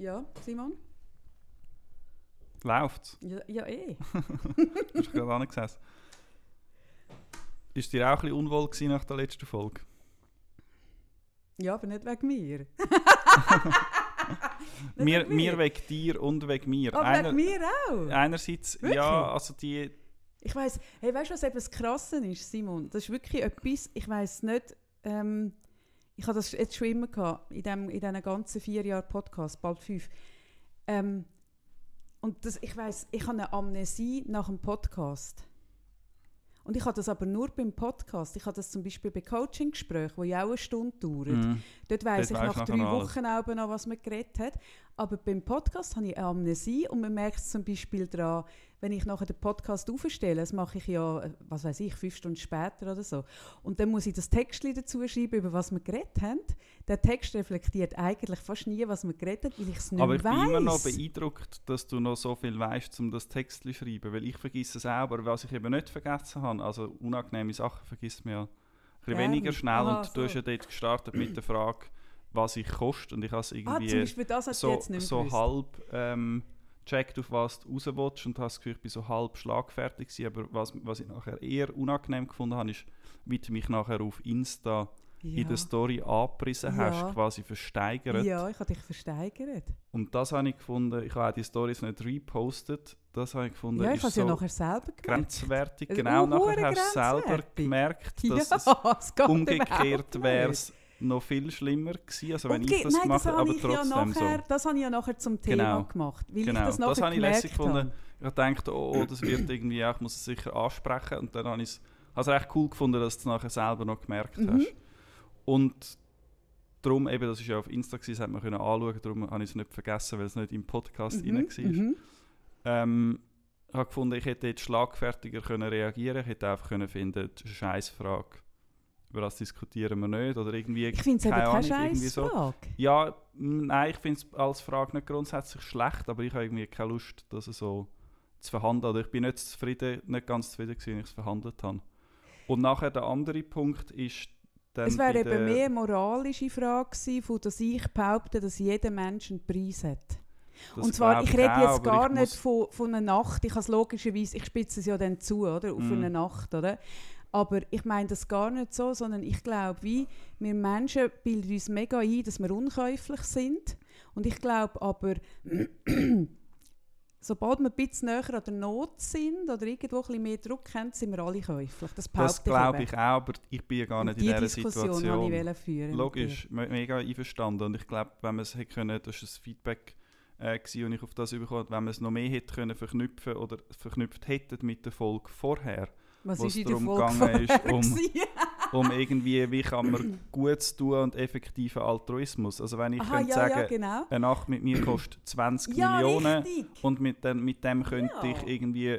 Ja, Simon? Läuft's? Ja eh. Hast du gerade angesessen? Ist dir auch ein bisschen unwohl gewesen nach der letzten Folge? Ja, aber nicht wegen mir. Mir wegen dir und wegen mir. Aber wegen mir auch? Einerseits, Wirklich? ja, also die... Ich weiss, hey, weißt du, was eben das Krasse ist, Simon? Das ist wirklich etwas, ich weiss nicht, ich habe das jetzt schon immer gehabt, in diesen ganzen 4 Jahren Podcast, bald 5. Und das, ich weiss, ich habe eine Amnesie nach dem Podcast. Und ich habe das aber nur beim Podcast. Ich habe das zum Beispiel bei Coaching-Gesprächen, die ja auch eine Stunde dauern. Dort weiss ich nach 3 Wochen auch noch, was man geredet hat. Aber beim Podcast habe ich eine Amnesie und man merkt es zum Beispiel daran, wenn ich nachher den Podcast aufstelle, das mache ich ja, was weiß ich, 5 Stunden später oder so. Und dann muss ich das Textchen dazu schreiben, über was wir geredet haben. Der Text reflektiert eigentlich fast nie, was wir geredet haben, weil ich es nicht Aber ich bin weiss. immer noch beeindruckt, dass du noch so viel weißt, um das Text zu schreiben. Weil ich vergesse es auch, aber was ich eben nicht vergessen habe, also unangenehme Sachen vergisst man ja ein bisschen weniger schnell. Aha, und du hast ja dort gestartet mit der Frage, was ich koste. Und ich habe es zum irgendwie Beispiel das hat so, jetzt nicht mehr so gewusst. halb gecheckt, auf was du raus willst, und habe das Gefühl, ich bin so halb schlagfertig gewesen. Aber was ich nachher eher unangenehm gefunden habe, ist, wie du mich nachher auf Insta in der Story angepriesen hast, quasi versteigert. Ja, ich habe dich versteigert. Und das habe ich gefunden, ich habe auch die Stories nicht repostet, das habe ich gefunden, Ja, ich ist habe es so ja nachher selber gemerkt. grenzwertig. Also Genau, nachher hure hast du es selber grenzwertig. gemerkt, Ja, dass es geht es umgekehrt überhaupt wäre nicht. es noch viel schlimmer gewesen, also wenn Und ich das nein, gemacht das habe, aber ich ja trotzdem nachher, so. das habe ich ja nachher zum Thema gemacht, weil ich das nachher habe ich lässig gemerkt gefunden. habe. Ich dachte, oh, das wird irgendwie, ich muss es sicher ansprechen, und dann habe ich es recht cool gefunden, dass du es nachher selber noch gemerkt hast. Und darum, eben, das war ja auf Insta, das hat man anschauen, darum habe ich es nicht vergessen, weil es nicht im Podcast rein war. Ich habe gefunden, ich hätte jetzt schlagfertiger reagieren können. Ich hätte einfach finden, das ist eine Scheissfrage. Über das diskutieren wir nicht. Oder irgendwie, Ich finde es eben keine Scheissfrage. So. Ja, nein, ich finde es als Frage nicht grundsätzlich schlecht, aber ich habe irgendwie keine Lust, das so zu verhandeln. Oder ich bin nicht ganz zufrieden gewesen, als ich es verhandelt habe. Und nachher der andere Punkt ist dann... Es wäre eben mehr eine moralische Frage gewesen, von dass ich behaupte, dass jeder Mensch einen Preis hat. Das und zwar, ich rede jetzt gar ich nicht von einer Nacht, ich habe es logischerweise, ich spitze es ja dann zu, oder? Auf eine Nacht, oder? Aber ich meine das gar nicht so, sondern ich glaube, wir Menschen bilden uns mega ein, dass wir unkäuflich sind. Und ich glaube aber, sobald wir ein bisschen näher an der Not sind oder irgendwo ein bisschen mehr Druck haben, sind wir alle käuflich. Das glaube ich auch, aber ich bin ja gar nicht in dieser Situation. Situation. Wollte ich führen. Logisch, mega einverstanden. Und ich glaube, wenn man es hätte können, das ist ein Feedback und ich auf das bekommen habe, wenn man es noch mehr hätte können verknüpfen oder verknüpft hätte mit der Folge vorher, wo es darum gegangen ist, um irgendwie, wie kann man Gutes tun und effektiven Altruismus. Also wenn ich könnte sagen, genau. eine Nacht mit mir kostet 20 Millionen und mit dem könnte ich irgendwie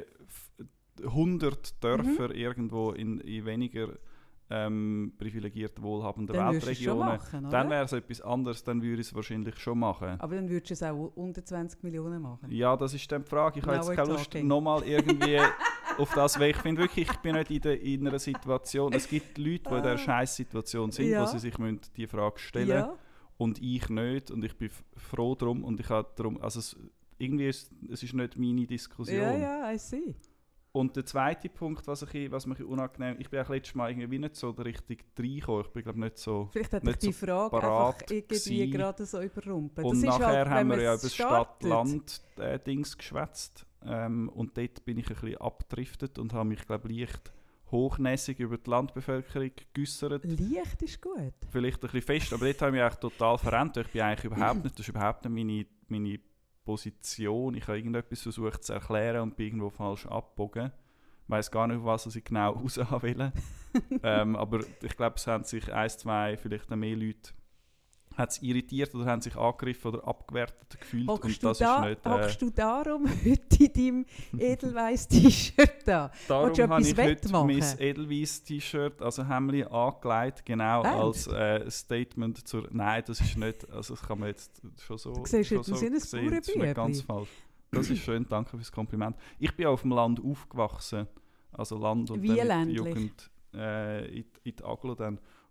100 Dörfer irgendwo in weniger privilegiert wohlhabenden Weltregionen, dann wäre es etwas anderes, dann würde ich es wahrscheinlich schon machen. Aber dann würdest du es auch unter 20 Millionen machen? Ja, das ist dann die Frage. Ich habe jetzt keine Lust, nochmal irgendwie auf das, weil ich finde wirklich, ich bin nicht in einer Situation, es gibt Leute, die in dieser Scheiß-Situation sind, wo sie sich die Frage stellen und ich nicht, und ich bin froh darum, und ich habe darum, also es ist nicht meine Diskussion. Ja, I see. Und der zweite Punkt, was mich unangenehm... Ich bin auch letztes Mal irgendwie nicht so richtig reingekommen. Ich bin glaube nicht so... Vielleicht hat dich die Frage einfach irgendwie gerade so überrumpelt. Und nachher halt, haben wir ja über das Stadt-Land-Dings geschwätzt. Und dort bin ich ein bisschen abgedriftet und habe mich, glaube leicht hochnäsig über die Landbevölkerung geäussert. Leicht ist gut. Vielleicht ein bisschen fest, aber dort habe ich mich eigentlich total verändert. Ich bin eigentlich überhaupt nicht... Das ist überhaupt nicht meine Position. Ich habe irgendetwas versucht zu erklären und bin irgendwo falsch abgebogen. Ich weiss gar nicht, auf was ich genau raus will. Aber ich glaube, es haben sich 1, 2, vielleicht mehr Leute irritiert oder haben sich angegriffen oder abgewertet gefühlt. Hockst du darum heute in deinem Edelweiss-T-Shirt da? Darum habe ich heute mein Edelweiss-T-Shirt, also Hemli, angelegt, genau als Statement zur... Nein, das ist nicht... Also das kann man jetzt schon so... Du siehst jetzt so ein das ist nicht ganz falsch. Das ist schön, danke fürs Kompliment. Ich bin auf dem Land aufgewachsen, also Land und wie dann ländlich? Jugend in die Aglo dann.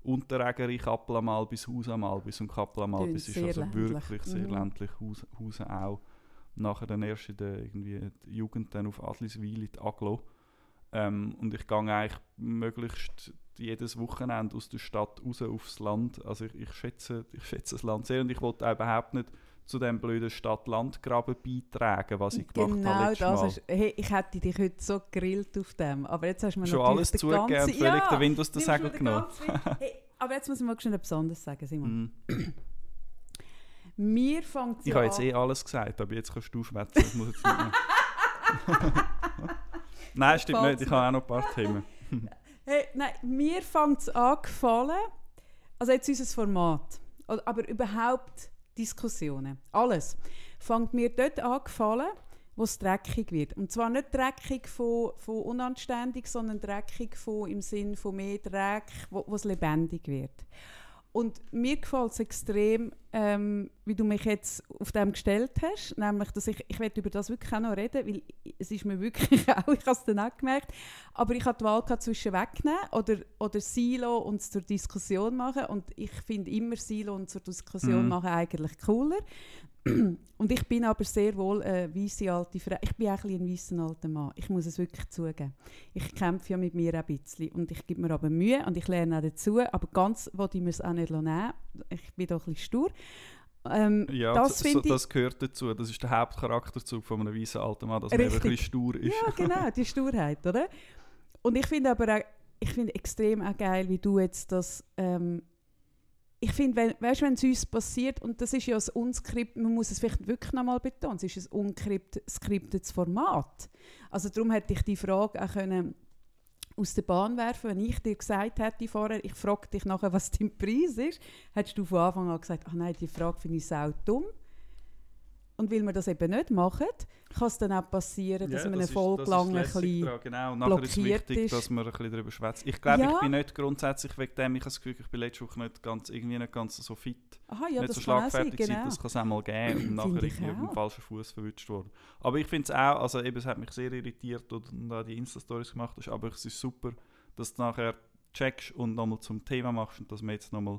Unterägeri, Kappel-am-Albis, Haus-am-Albis und Kappel-am-Albis ist also ländlich. Wirklich sehr ländlich, Hausen auch. Nachher dann erst in der Jugend dann auf Adliswil in die Aglo. Und ich gehe eigentlich möglichst jedes Wochenende aus der Stadt raus aufs Land. Also ich schätze das Land sehr und ich wollte auch überhaupt nicht zu dem blöden Stadt-Land-Graben beitragen, was ich gemacht habe letztes Mal. Ist, hey, ich hätte dich heute so gegrillt auf dem, aber jetzt hast du mir schon natürlich alles zugegeben und völlig den Wind aus der Segel genommen. Hey, aber jetzt muss ich mal schnell etwas anderes sagen, Simon. Mir fängt es ich habe jetzt alles gesagt, aber jetzt kannst du schwätzen. Ich muss jetzt nicht mehr. Nein, stimmt nicht, ich habe auch noch ein paar Themen. Hey, nein, mir fängt es an gefallen, also jetzt unser Format, aber überhaupt Diskussionen, alles, fängt mir dort an gefallen, wo es dreckig wird. Und zwar nicht dreckig von unanständig, sondern dreckig im Sinn von mehr Dreck, wo es lebendig wird. Und mir gefällt es extrem, wie du mich jetzt auf dem gestellt hast, nämlich, dass ich will über das wirklich auch noch reden, weil es ist mir wirklich auch, ich habe es dann auch gemerkt, aber ich habe die Wahl zwischen wegnehmen oder Silo und es zur Diskussion machen und ich finde immer Silo und zur Diskussion machen eigentlich cooler. Und ich bin aber sehr wohl eine weisse alte Frau. Ich bin auch ein weisser alter Mann. Ich muss es wirklich zugeben. Ich kämpfe ja mit mir ein bisschen. Und ich gebe mir aber Mühe und ich lerne auch dazu. Aber ganz will ich mir es auch nicht nehmen. Ich bin doch ein bisschen stur. Ja, das gehört dazu. Das ist der Hauptcharakterzug von einem weißen alten Mann, dass man eben ein bisschen stur ist. Ja, genau, die Sturheit, oder? Und ich finde aber auch, extrem auch geil, wie du jetzt das... ich finde, wenn es uns passiert, und das ist ja ein unskriptetes, man muss es vielleicht wirklich nochmal betonen, es ist ein unskriptetes Format. Also darum hätte ich die Frage auch können aus der Bahn werfen, wenn ich dir gesagt hätte vorher, ich frage dich nachher, was dein Preis ist, hättest du von Anfang an gesagt, ach nein, die Frage finde ich sau dumm. Und weil wir das eben nicht machen, kann es dann auch passieren, dass man eine Folge lang ein bisschen genau. Und nachher ist es wichtig, dass man ein bisschen darüber schwätzt. Ich glaube, ich bin nicht grundsätzlich wegen dem, ich habe das Gefühl, ich bin letzte Woche nicht ganz so fit, nicht so schlagfertig gewesen, das kann es einmal geben und nachher irgendwie auf dem falschen Fuß verwünscht worden. Aber ich finde es auch, also eben, es hat mich sehr irritiert und da die Insta-Stories gemacht hast, aber es ist super, dass du nachher checkst und nochmal zum Thema machst und dass wir jetzt nochmal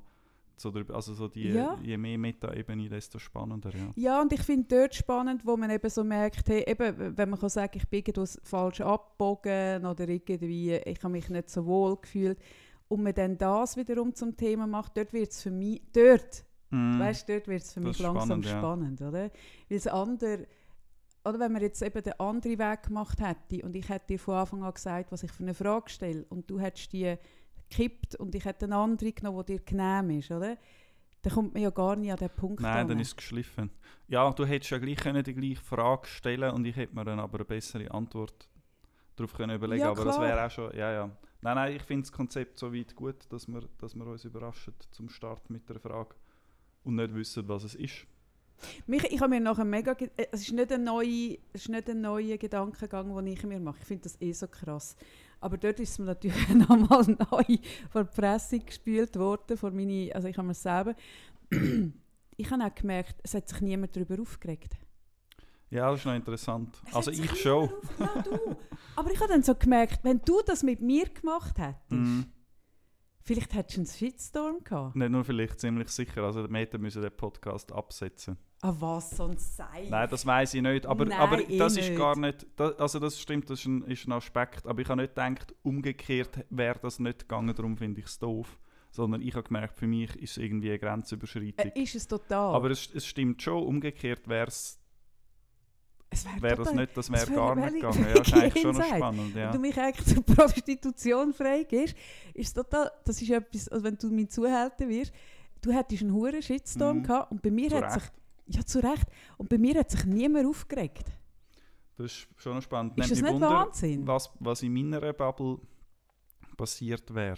je mehr Meta-Ebene, desto spannender. Ja, und ich finde dort spannend, wo man eben so merkt, hey, eben, wenn man kann sagen, ich bin irgendwas falsch abgebogen oder irgendwie, ich habe mich nicht so wohl gefühlt und man dann das wiederum zum Thema macht, dort wird es für mich, dort wird es für mich langsam spannend, oder? Weil das andere, oder wenn man jetzt eben den anderen Weg gemacht hätte und ich hätte dir von Anfang an gesagt, was ich für eine Frage stelle und du hättest die gekippt und ich hätte eine andere genommen, die dir genehm ist, oder? Dann kommt man ja gar nicht an den Punkt. Nein, dann ist es geschliffen. Ja, du hättest ja gleich die gleiche Frage stellen und ich hätte mir dann aber eine bessere Antwort darauf überlegen können. Aber das wäre auch schon, ja. Nein, ich finde das Konzept so weit gut, dass wir uns überraschen zum Start mit der Frage und nicht wissen, was es ist. Ich habe mir nachher es ist nicht ein neuer Gedankengang, den ich mir mache. Ich finde das so krass. Aber dort ist es mir natürlich nochmal neu vor die Presse gespült worden, also ich habe mir selber. Ich habe auch gemerkt, es hat sich niemand darüber aufgeregt. Ja, das ist noch interessant. Also ich schon. Ja, du. Aber ich habe dann so gemerkt, wenn du das mit mir gemacht hättest, vielleicht hättest du einen Shitstorm gehabt. Nicht nur vielleicht, ziemlich sicher. Also die Meta müssen den Podcast absetzen. Ah, was sonst sei? Nein, das weiss ich nicht. Aber das ist gar nicht... Also das stimmt, das ist ein Aspekt. Aber ich habe nicht gedacht, umgekehrt wäre das nicht gegangen, darum finde ich es doof. Sondern ich habe gemerkt, für mich ist es irgendwie eine Grenzüberschreitung. Ist es total. Aber es stimmt schon, umgekehrt wäre das nicht, das wäre gar nicht gegangen. Ja, das ist eigentlich schon noch spannend. Ja. Wenn du mich eigentlich zur Prostitution freigibst, ist total, das ist etwas, also wenn du mein Zuhälter wirst, du hättest einen hohen Shitstorm gehabt und bei mir hat sich... Ja, zu Recht. Und bei mir hat sich niemand aufgeregt. Das ist schon noch spannend. Ist das nicht Wunder, Wahnsinn? Was in meiner Bubble passiert wäre.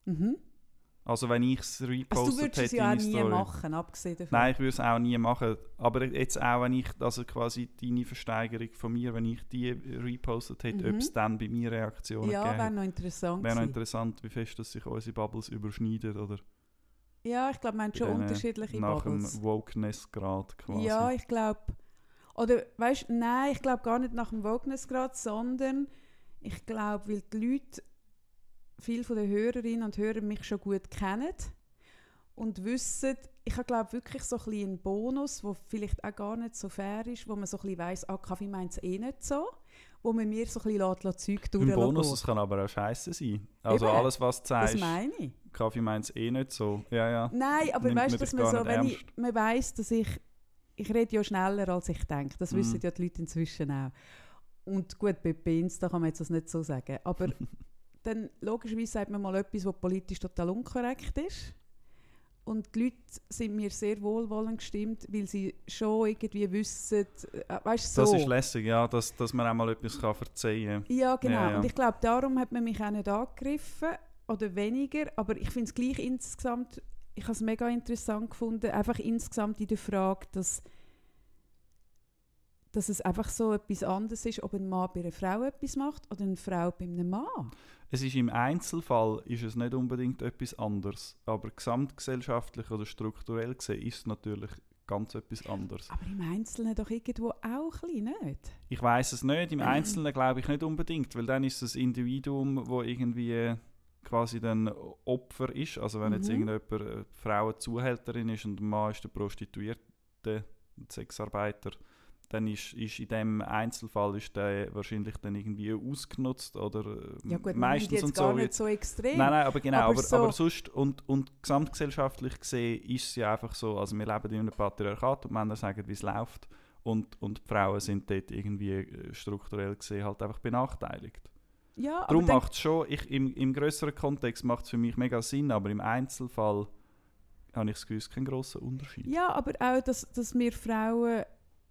Also wenn ich es repostet hätte in die Story. Du würdest es ja auch nie machen, abgesehen davon. Nein, ich würde es auch nie machen. Aber jetzt auch, wenn ich, also quasi deine Versteigerung von mir, wenn ich die repostet hätte, ob es dann bei mir Reaktionen gäbe. Ja, wäre noch interessant. Wäre noch interessant, wie fest dass sich unsere Bubbles überschneiden, oder? Ja, ich glaube, wir haben schon unterschiedliche nach Bubbles. Nach dem Wokeness-Grad quasi. Ja, ich glaube... Oder, weißt du, nein, ich glaube gar nicht nach dem Wokeness-Grad, sondern ich glaube, weil die Leute viele von den Hörerinnen und Hörer mich schon gut kennen und wissen, ich habe glaube wirklich so ein bisschen einen Bonus, der vielleicht auch gar nicht so fair ist, wo man so ein bisschen weiss, Kaffee meint es eh nicht so, wo man mir so ein bisschen Zeug durchlassen. Ein Bonus, das kann aber auch scheiße sein. Also eben, alles, was du sagst, das meine ich. Kaffee meint es eh nicht so. Ja. Nein, aber weißt du, dass man so, wenn man weiss, dass ich rede ja schneller, als ich denke. Das wissen ja die Leute inzwischen auch. Und gut, bei Insta kann man jetzt das nicht so sagen. Aber dann logischerweise sagt man mal etwas, was politisch total unkorrekt ist. Und die Leute sind mir sehr wohlwollend gestimmt, weil sie schon irgendwie wissen, weißt du, so. Das ist lässig, ja, dass man auch mal etwas verzeihen kann. Ja, genau. Ja. Und ich glaube, darum hat man mich auch nicht angegriffen, oder weniger. Aber ich finde es gleich insgesamt, ich habe es mega interessant gefunden, einfach insgesamt in der Frage, dass es einfach so etwas anderes ist, ob ein Mann bei einer Frau etwas macht oder eine Frau bei einem Mann. Es ist im Einzelfall ist es nicht unbedingt etwas anderes, aber gesamtgesellschaftlich oder strukturell gesehen ist es natürlich ganz etwas anderes. Aber im Einzelnen doch irgendwo auch ein bisschen nicht? Ich weiss es nicht, im Einzelnen glaube ich nicht unbedingt, weil dann ist es ein Individuum, das irgendwie quasi dann Opfer ist. Also wenn jetzt irgendjemand eine Frau Zuhälterin ist und ein Mann ist der Prostituierte, der Sexarbeiter, dann ist in dem Einzelfall ist der wahrscheinlich dann irgendwie ausgenutzt oder ja gut, meistens jetzt und gar so. Nicht so extrem. Nein, aber genau, aber sonst und gesamtgesellschaftlich gesehen ist es ja einfach so, also wir leben in einem Patriarchat und Männer sagen, wie es läuft und die Frauen sind dort irgendwie strukturell gesehen halt einfach benachteiligt. Ja, darum macht es schon, im grösseren Kontext macht es für mich mega Sinn, aber im Einzelfall habe ich das Gefühl, keinen grossen Unterschied. Ja, aber auch, dass wir Frauen...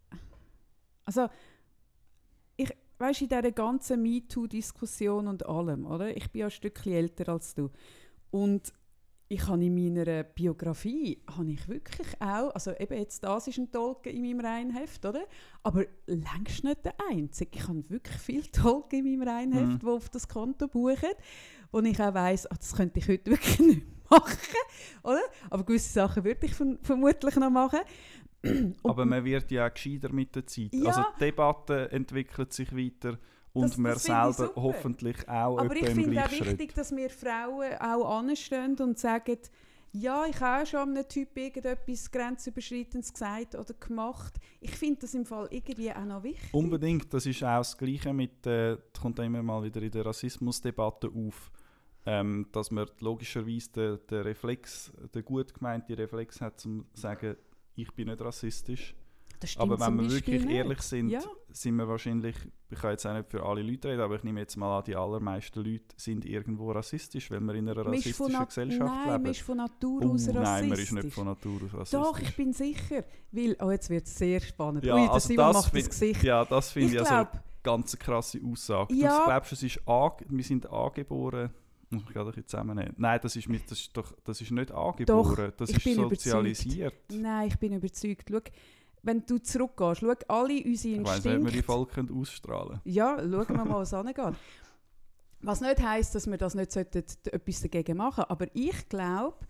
Also, weißt du, in dieser ganzen MeToo-Diskussion und allem, oder? Ich bin ja ein Stückchen älter als du. Und ich habe in meiner Biografie, wirklich auch, also eben jetzt das ist ein Tolken in meinem Reinheft, oder? Aber längst nicht der einzige. Ich habe wirklich viele Tolken in meinem Reinheft, die auf das Konto buchen, wo ich auch weiss, das könnte ich heute wirklich nicht machen, oder? Aber gewisse Sachen würde ich vermutlich noch machen. Aber man wird ja auch gescheiter mit der Zeit. Ja. Also die Debatte entwickelt sich weiter und man selber hoffentlich auch. Aber ich finde auch wichtig, dass wir Frauen auch anstehen und sagen, ja, ich habe auch schon einem Typ irgendetwas Grenzüberschreitendes gesagt oder gemacht. Ich finde das im Fall irgendwie auch noch wichtig. Unbedingt, das ist auch das Gleiche mit, das kommt immer mal wieder in der Rassismusdebatte auf, dass man logischerweise den Reflex, den gut gemeinten Reflex hat, um zu sagen, ich bin nicht rassistisch. Aber wenn wir wirklich ehrlich sind, sind wir wahrscheinlich, ich kann jetzt auch nicht für alle Leute reden, aber ich nehme jetzt mal an, die allermeisten Leute sind irgendwo rassistisch, weil wir in einer rassistischen Gesellschaft leben. Nein, man ist von Natur aus rassistisch. Nein, man ist nicht von Natur aus rassistisch. Doch, ich bin sicher. Weil, jetzt wird es sehr spannend. Ja, also Simon macht das Gesicht. Ja, das finde ich also eine ganz krasse Aussage. Ja. Du glaubst, wir sind angeboren... Muss ich gerade zusammennehmen. Nein, das ist nicht angeboren, doch, das ist sozialisiert. Überzeugt. Nein, ich bin überzeugt. Schau, wenn du zurückgehst, schau alle unsere Instinkte... Ich weiss nicht, ob wir die Folge ausstrahlen können. Ja, schauen wir mal, was angeht. Was nicht heisst, dass wir das nicht etwas dagegen machen sollten. Aber ich glaube,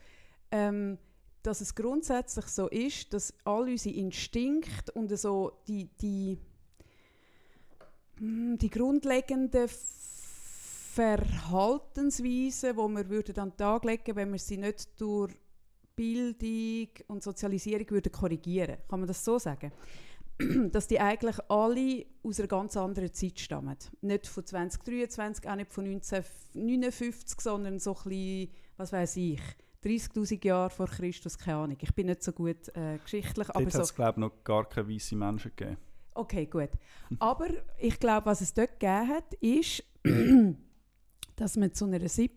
dass es grundsätzlich so ist, dass all unsere Instinkte und so die grundlegenden Verhaltensweisen, die wir würden an den Tag legen, wenn wir sie nicht durch Bildung und Sozialisierung würden korrigieren. Kann man das so sagen? Dass die eigentlich alle aus einer ganz anderen Zeit stammen. Nicht von 2023, auch nicht von 1959, sondern so ein bisschen, was weiss ich, 30'000 Jahre vor Christus, keine Ahnung. Ich bin nicht so gut geschichtlich. Dort hat es, glaube ich, noch gar keine weißen Menschen gegeben. Okay, gut. Aber ich glaube, was es dort gegeben hat, ist... dass man zu einer Sippe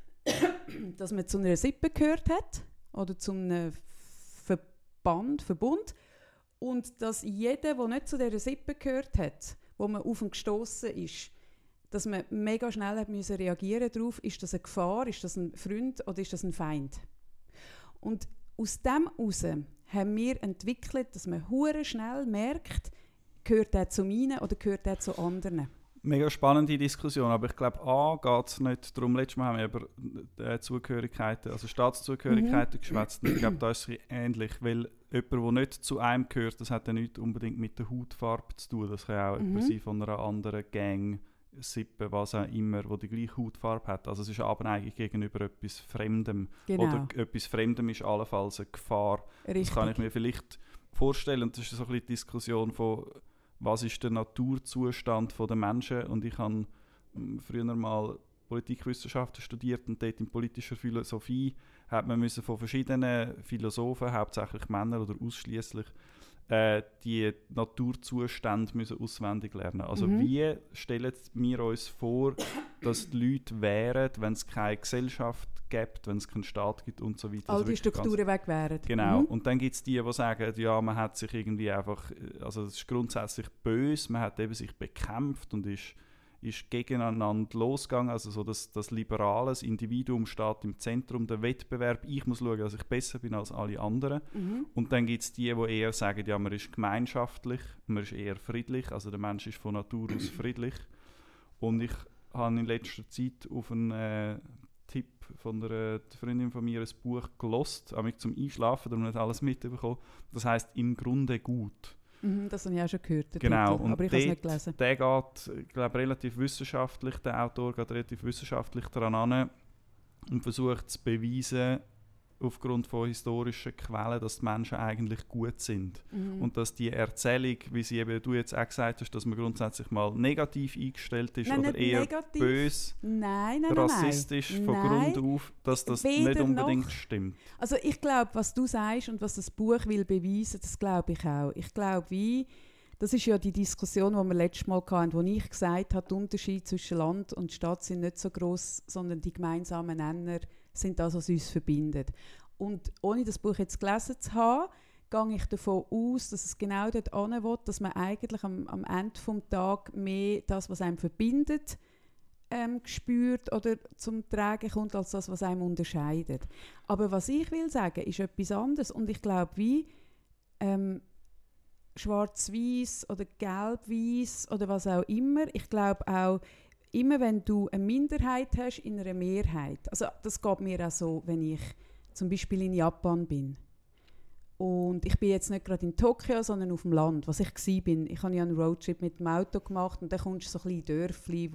gehört hat oder zu einem Verbund und dass jeder, der nicht zu dieser Sippe gehört hat, wo man auf ihn gestossen ist, dass man mega schnell hat müssen reagieren darauf, ist das eine Gefahr, ist das ein Freund oder ist das ein Feind? Und aus dem heraus haben wir entwickelt, dass man hure schnell merkt, gehört er zu meinen oder gehört er zu anderen. Mega spannende Diskussion, aber ich glaube, geht es nicht darum, letztes Mal haben wir über Zugehörigkeiten, also Staatszugehörigkeiten geschwätzt. Ich glaube, da ist es ähnlich, weil jemand, der nicht zu einem gehört, das hat ja nicht unbedingt mit der Hautfarbe zu tun. Das kann auch jemand sein von einer anderen Gang, Sippe, was auch immer, wo die gleiche Hautfarbe hat. Also es ist Abneigung gegenüber etwas Fremdem. Genau. Oder etwas Fremdem ist allenfalls eine Gefahr. Richtig. Das kann ich mir vielleicht vorstellen. Und das ist so ein bisschen die Diskussion von, was ist der Naturzustand der Menschen. Und ich habe früher mal Politikwissenschaften studiert und dort in politischer Philosophie hat man müssen von verschiedenen Philosophen, hauptsächlich Männer oder ausschließlich, die Naturzustände müssen auswendig lernen. Also wie stellen wir uns vor, dass die Leute wären, wenn es keine Gesellschaft gibt, wenn es keinen Staat gibt und so weiter. All die Strukturen weg wären. Genau. Und dann gibt es die sagen, ja, man hat sich irgendwie einfach, also es ist grundsätzlich böse, man hat eben sich bekämpft und ist gegeneinander losgegangen, also so das Liberale, das Individuum steht im Zentrum, der Wettbewerb, ich muss schauen, dass ich besser bin als alle anderen. Und dann gibt es die eher sagen, ja, man ist gemeinschaftlich, man ist eher friedlich, also der Mensch ist von Natur aus friedlich. Und ich habe in letzter Zeit auf einen Tipp von einer Freundin von mir ein Buch gelesen, auch zum Einschlafen, darum nicht alles mitbekommen. Das heisst «Im Grunde gut». Das habe ich auch schon gehört, genau, Titel, aber ich habe es nicht gelesen. Der geht, ich glaube, relativ wissenschaftlich, der Autor geht relativ wissenschaftlich daran an und versucht zu beweisen, aufgrund von historischen Quellen, dass die Menschen eigentlich gut sind. Und dass die Erzählung, wie sie eben du jetzt auch gesagt hast, dass man grundsätzlich mal negativ eingestellt ist oder eher negativ. Böse, rassistisch von Grund auf, dass das weder nicht unbedingt noch. Stimmt. Also ich glaube, was du sagst und was das Buch will beweisen, das glaube ich auch. Ich glaube, das ist ja die Diskussion, die wir letztes Mal hatten, wo ich gesagt habe, der Unterschied zwischen Land und Stadt sind nicht so gross, sondern die gemeinsamen Nenner sind das, was uns verbindet. Und ohne das Buch jetzt gelesen zu haben, gehe ich davon aus, dass es genau dort hin will, dass man eigentlich am Ende des Tages mehr das, was einem verbindet, spürt oder zum Tragen kommt, als das, was einem unterscheidet. Aber was ich will sagen, ist etwas anderes. Und ich glaube, wie schwarz-weiß oder gelb-weiß oder was auch immer, ich glaube auch, immer wenn du eine Minderheit hast in einer Mehrheit, also das geht mir auch so, wenn ich zum Beispiel in Japan bin. Und ich bin jetzt nicht gerade in Tokio, sondern auf dem Land, was ich war. Ich habe ja einen Roadtrip mit dem Auto gemacht und dann kommst du so ein bisschen Dörfli,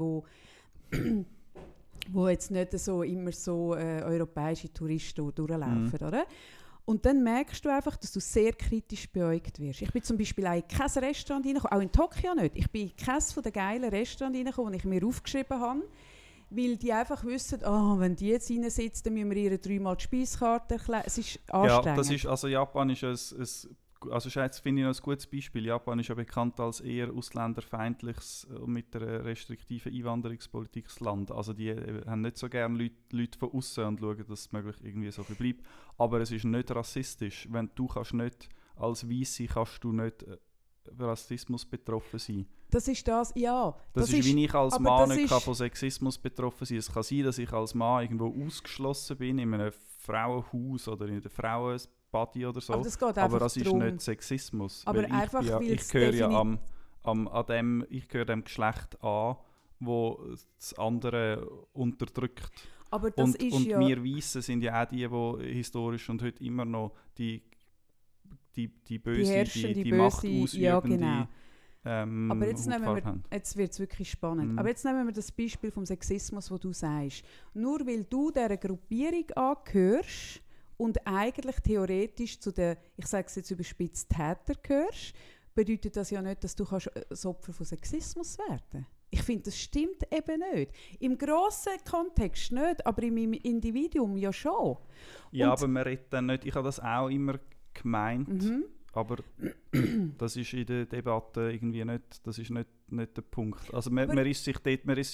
wo jetzt nicht so immer so europäische Touristen durchlaufen, oder? Und dann merkst du einfach, dass du sehr kritisch beäugt wirst. Ich bin zum Beispiel auch in kein Restaurant reingekommen, auch in Tokio nicht. Ich bin in keines von den geilen Restaurants reingekommen, die ich mir aufgeschrieben habe, weil die einfach wissen, wenn die jetzt reinsitzen, dann müssen wir ihr 3-mal die Speiskarte erklären. Es ist anstrengend. Ja, das ist, also Japan ist also jetzt finde ich noch ein gutes Beispiel. Japan ist ja bekannt als eher ausländerfeindliches und mit einer restriktiven Einwanderungspolitik das Land. Also die haben nicht so gerne Leute von außen und schauen, dass es möglich irgendwie so bleibt. Aber es ist nicht rassistisch. Wenn du kannst nicht als Weisse kannst du nicht Rassismus betroffen sein. Das ist das, ja. Das ist, wie ich als Mann nicht von Sexismus betroffen sein. Es kann sein, dass ich als Mann irgendwo ausgeschlossen bin, in einem Frauenhaus oder in der Frauenbody oder so. Aber das ist nicht Sexismus. Aber einfach, ich gehöre ja ich gehöre dem Geschlecht an, wo das andere unterdrückt. Aber das und wir Weißen sind ja auch die historisch und heute immer noch die böse, die Macht ausübende, ja, genau. Aber jetzt wird es wirklich spannend. Aber jetzt nehmen wir das Beispiel vom Sexismus, wo du sagst. Nur weil du dieser Gruppierung angehörst und eigentlich theoretisch zu den, ich sage es jetzt überspitzt, Täter gehörst, bedeutet das ja nicht, dass du das Opfer von Sexismus werden kannst. Ich finde, das stimmt eben nicht. Im grossen Kontext nicht, aber im Individuum ja schon. Ja, aber man redet dann nicht, ich habe das auch immer gemeint, aber das ist in der Debatte irgendwie nicht, das ist nicht der Punkt. Also man ist sich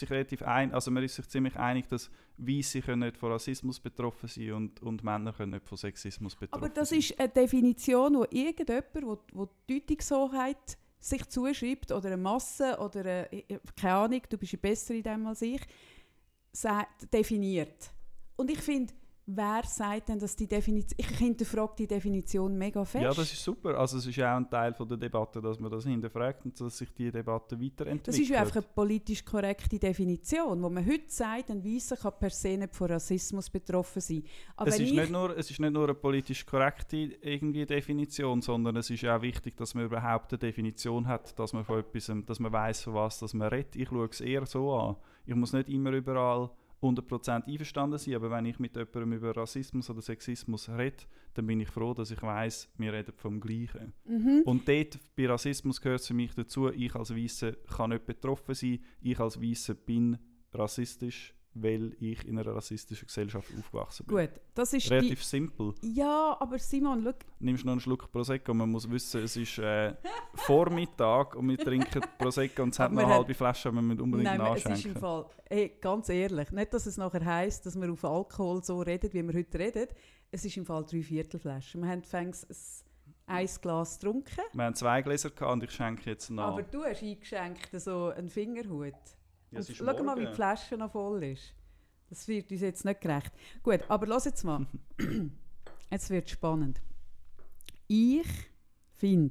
ziemlich einig, dass Weisse nicht von Rassismus betroffen sein und Männer können nicht von Sexismus betroffen sein. Aber das ist eine Definition, wo irgendjemand, wo die Deutungshoheit sich zuschreibt oder eine Masse oder keine Ahnung, du bist besser in dem als ich, definiert. Und ich finde, wer sagt denn, dass die Definition... Ich hinterfrage die Definition mega fest. Ja, das ist super. Also es ist ja auch ein Teil von der Debatte, dass man das hinterfragt und dass sich die Debatte weiterentwickelt. Das ist ja einfach eine politisch korrekte Definition, wo man heute sagt, ein Weisser kann per se nicht von Rassismus betroffen sein. Aber es ist nicht nur eine politisch korrekte irgendwie Definition, sondern es ist auch wichtig, dass man überhaupt eine Definition hat, dass man von etwas, dass man weiss, von was dass man redet. Ich schaue es eher so an. Ich muss nicht immer überall 100% einverstanden sein, aber wenn ich mit jemandem über Rassismus oder Sexismus rede, dann bin ich froh, dass ich weiss, wir reden vom Gleichen. Und dort, bei Rassismus gehört es für mich dazu, ich als Weisser kann nicht betroffen sein, ich als Weisser bin rassistisch, weil ich in einer rassistischen Gesellschaft aufgewachsen bin. Gut, das ist relativ simpel. Ja, aber Simon, schau. Nimmst noch einen Schluck Prosecco, man muss wissen, es ist Vormittag und wir trinken Prosecco und es hat noch eine halbe Flasche, aber wir müssen unbedingt nachschenken. Es ist im Fall, ganz ehrlich, nicht, dass es nachher heisst, dass wir auf Alkohol so reden, wie wir heute reden. Es ist im Fall 3/4 Flasche. Wir haben ein Glas getrunken. Wir haben 2 Gläser gehabt und ich schenke jetzt nach. Aber du hast eingeschenkt so einen Fingerhut. Ja, schau mal, wie die Flasche noch voll ist. Das wird uns jetzt nicht gerecht. Gut, aber lass jetzt mal. Jetzt wird es spannend. Ich finde,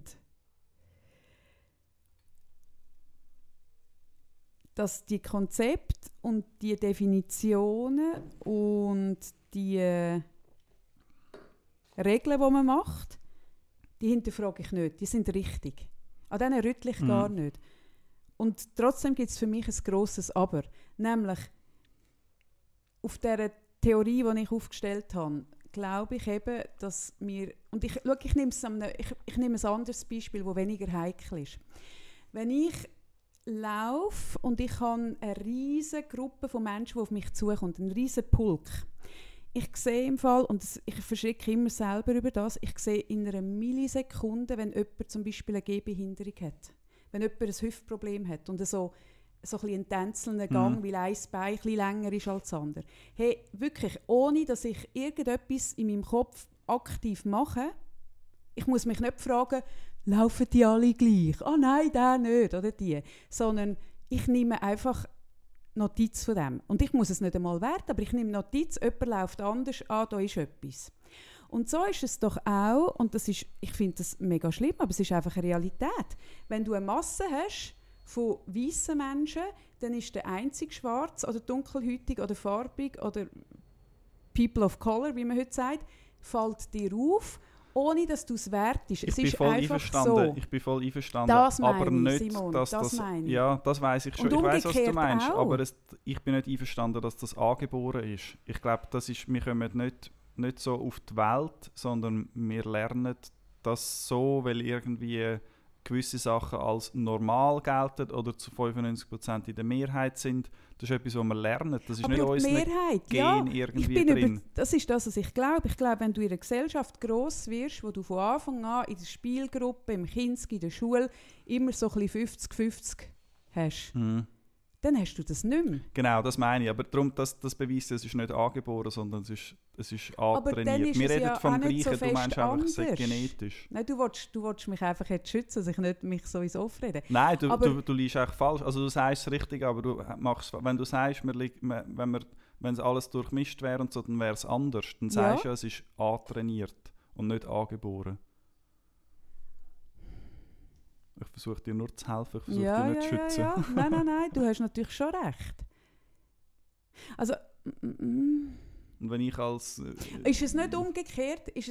dass die Konzepte und die Definitionen und die Regeln, die man macht, die hinterfrage ich nicht. Die sind richtig. An denen rüttle ich gar nicht. Und trotzdem gibt es für mich ein grosses Aber. Nämlich, auf dieser Theorie, die ich aufgestellt habe, glaube ich eben, dass wir... Und ich nehme ein anderes Beispiel, das weniger heikel ist. Wenn ich laufe und ich habe eine riesige Gruppe von Menschen, die auf mich zukommt, einen riesigen Pulk. Ich sehe im Fall, und ich verschrecke immer selber über das, ich sehe in einer Millisekunde, wenn jemand zum Beispiel eine Gehbehinderung hat. Wenn jemand ein Hüftproblem hat und so ein tänzelnden Gang, weil ein Bein ein bisschen länger ist als das andere. Hey, wirklich, ohne dass ich irgendetwas in meinem Kopf aktiv mache, ich muss mich nicht fragen, laufen die alle gleich? Ah nein, der nicht, oder die. Sondern ich nehme einfach Notiz von dem. Und ich muss es nicht einmal werten, aber ich nehme Notiz, jemand läuft anders, da ist etwas. Und so ist es doch auch, und das ist, ich finde das mega schlimm, aber es ist einfach eine Realität. Wenn du eine Masse hast von weißen Menschen, dann ist der einzige schwarz oder dunkelhäutig oder farbig oder People of Color, wie man heute sagt, fällt dir auf, ohne dass du es wertest. Es ist einfach so. Ich bin voll einverstanden. Das meine aber nicht, Simon, dass das meine ich. Ja, das weiss ich schon. Und ich weiss, was du meinst. auch. Aber ich bin nicht einverstanden, dass das angeboren ist. Ich glaube, wir kommen nicht so auf die Welt, sondern wir lernen das so, weil irgendwie gewisse Sachen als normal gelten oder zu 95% in der Mehrheit sind. Das ist etwas, was wir lernen. Das ist aber nicht unser Mehrheit, Gen irgendwie drin. Das ist das, was ich glaube. Ich glaube, wenn du in einer Gesellschaft gross wirst, wo du von Anfang an in der Spielgruppe, im Kinski, in der Schule immer so ein bisschen 50-50 hast, dann hast du das nicht mehr. Genau, das meine ich. Aber darum, das beweist, es ist nicht angeboren, sondern es ist antrainiert. Wir reden vom Gleichen, so du meinst einfach, es ist genetisch. Nein, du willst mich einfach jetzt schützen, dass ich nicht mich so ins Off rede. Nein, du liegst eigentlich falsch. Also du sagst es richtig, aber du machst, wenn du sagst, wenn es alles durchmischt wäre und so, dann wäre es anders. Dann sagst du ja, es ist antrainiert und nicht angeboren. Ich versuche dir nur zu helfen, ich versuche dich nicht zu schützen. Ja. Nein, du hast natürlich schon recht. Also, und wenn ich als... Ist es nicht umgekehrt? Ich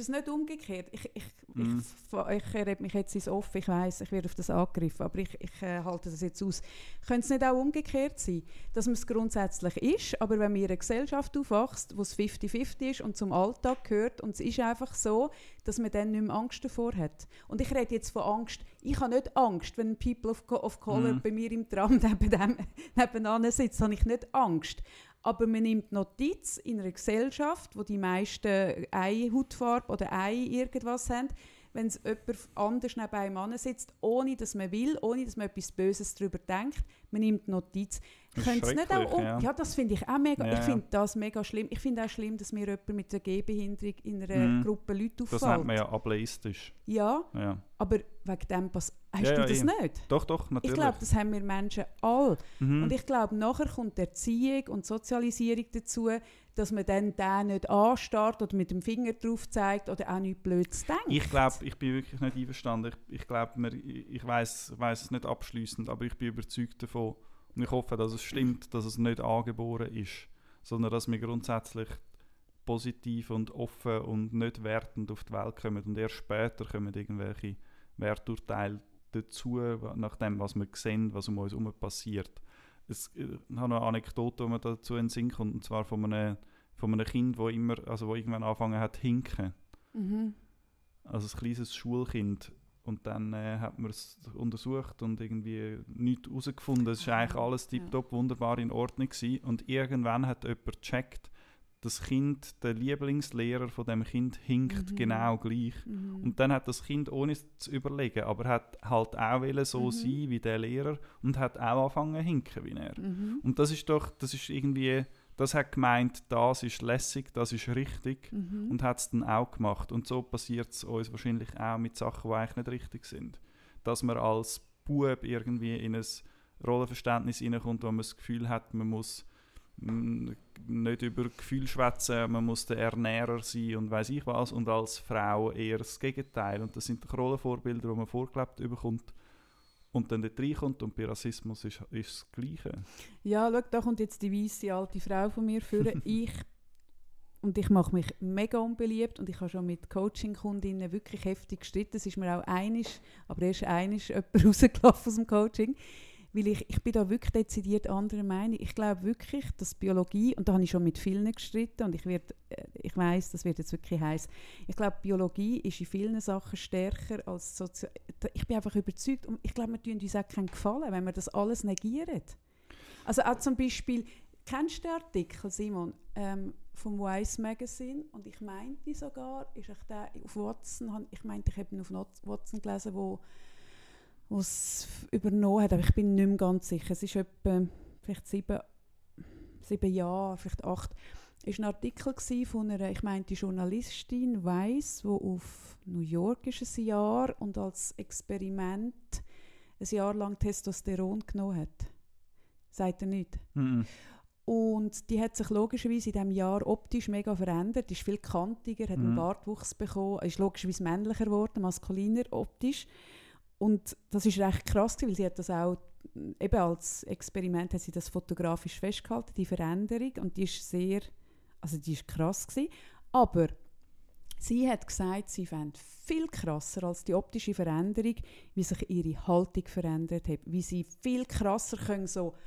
rede mich jetzt ins Off, ich weiss, ich werde auf das angegriffen, aber ich halte das jetzt aus. Könnte es nicht auch umgekehrt sein, dass man es grundsätzlich ist, aber wenn man in einer Gesellschaft aufwächst, wo es 50-50 ist und zum Alltag gehört und es ist einfach so, dass man dann nicht mehr Angst davor hat. Und ich rede jetzt von Angst. Ich habe nicht Angst, wenn People of Color bei mir im Tram nebenan sitzt, habe ich nicht Angst. Aber man nimmt Notiz in einer Gesellschaft, wo die meisten eine Hautfarbe oder irgendwas haben, wenn es jemand anders neben einem Mann sitzt, ohne dass man will, ohne dass man etwas Böses darüber denkt, man nimmt Notiz. Können es nicht auch ja, das finde ich auch mega. Ich finde das mega schlimm. Ich finde auch schlimm, dass mir jemand mit einer Gehbehinderung in einer Gruppe Leute auffällt. Das nennt man ja ableistisch. Ja, aber wegen dem hast du das nicht? Doch, natürlich. Ich glaube, das haben wir Menschen alle. Und ich glaube, nachher kommt die Erziehung und die Sozialisierung dazu, dass man dann den nicht anstarrt oder mit dem Finger drauf zeigt oder auch nichts Blödes denkt. Ich glaube, ich bin wirklich nicht einverstanden. Ich glaube, ich weiss es nicht abschliessend, aber ich bin überzeugt davon, und ich hoffe, dass es stimmt, dass es nicht angeboren ist, sondern dass wir grundsätzlich positiv und offen und nicht wertend auf die Welt kommen. Und erst später kommen irgendwelche Werturteile dazu, nach dem, was wir sehen, was um uns herum passiert. Ich habe noch eine Anekdote, die mir dazu in den Sinn kommt, und zwar von einem Kind, wo irgendwann angefangen hat zu hinken. Also ein kleines Schulkind. Und dann hat man es untersucht und irgendwie nichts herausgefunden. Es war eigentlich alles tipptopp, wunderbar in Ordnung gewesen. Und irgendwann hat jemand gecheckt, das Kind, der Lieblingslehrer von dem Kind hinkt genau gleich. Und dann hat das Kind, ohne es zu überlegen, aber hat halt auch so sein wie der Lehrer und hat auch angefangen zu hinken wie er. Und das ist irgendwie, das hat gemeint, das ist lässig, das ist richtig und hat es dann auch gemacht. Und so passiert es uns wahrscheinlich auch mit Sachen, die eigentlich nicht richtig sind. Dass man als Bub irgendwie in ein Rollenverständnis hineinkommt, wo man das Gefühl hat, man muss nicht über Gefühle schwätzen, man muss der Ernährer sein und weiss ich was, und als Frau eher das Gegenteil. Und das sind die Rollenvorbilder, die man vorgelebt bekommt und dann dort reinkommt, und bei Rassismus ist das Gleiche. Ja, schau, da kommt jetzt die weisse alte Frau von mir führen. Ich mache mich mega unbeliebt und ich habe schon mit Coaching-Kundinnen wirklich heftig gestritten. Es ist mir auch jemand rausgelaufen aus dem Coaching. Weil ich bin da wirklich dezidiert anderer Meinung. Ich glaube wirklich, dass Biologie, und da habe ich schon mit vielen gestritten, und ich weiss, das wird jetzt wirklich heiß. Ich glaube, Biologie ist in vielen Sachen stärker als Ich bin einfach überzeugt, und ich glaube, wir tun uns auch keinen Gefallen, wenn wir das alles negieren. Also auch zum Beispiel, kennst du den Artikel, Simon, vom Vice Magazine? Und ich meinte sogar, ist echt der auf Watson, ich habe ihn auf Watson gelesen, wo es übernommen hat, aber ich bin nicht mehr ganz sicher. Es ist etwa vielleicht 7 Jahre, vielleicht 8. Es war ein Artikel von einer, ich meinte, Journalistin Weiss, die auf New York ist ein Jahr und als Experiment ein Jahr lang Testosteron genommen hat. Sagt er nicht? Und die hat sich logischerweise in diesem Jahr optisch mega verändert, ist viel kantiger, hat einen Bartwuchs bekommen, ist logischerweise männlicher geworden, maskuliner optisch. Und das ist recht krass, weil sie hat das auch, eben als Experiment hat sie das fotografisch festgehalten, die Veränderung, und die ist krass gewesen. Aber sie hat gesagt, sie fände viel krasser als die optische Veränderung, wie sich ihre Haltung verändert hat, wie sie viel krasser können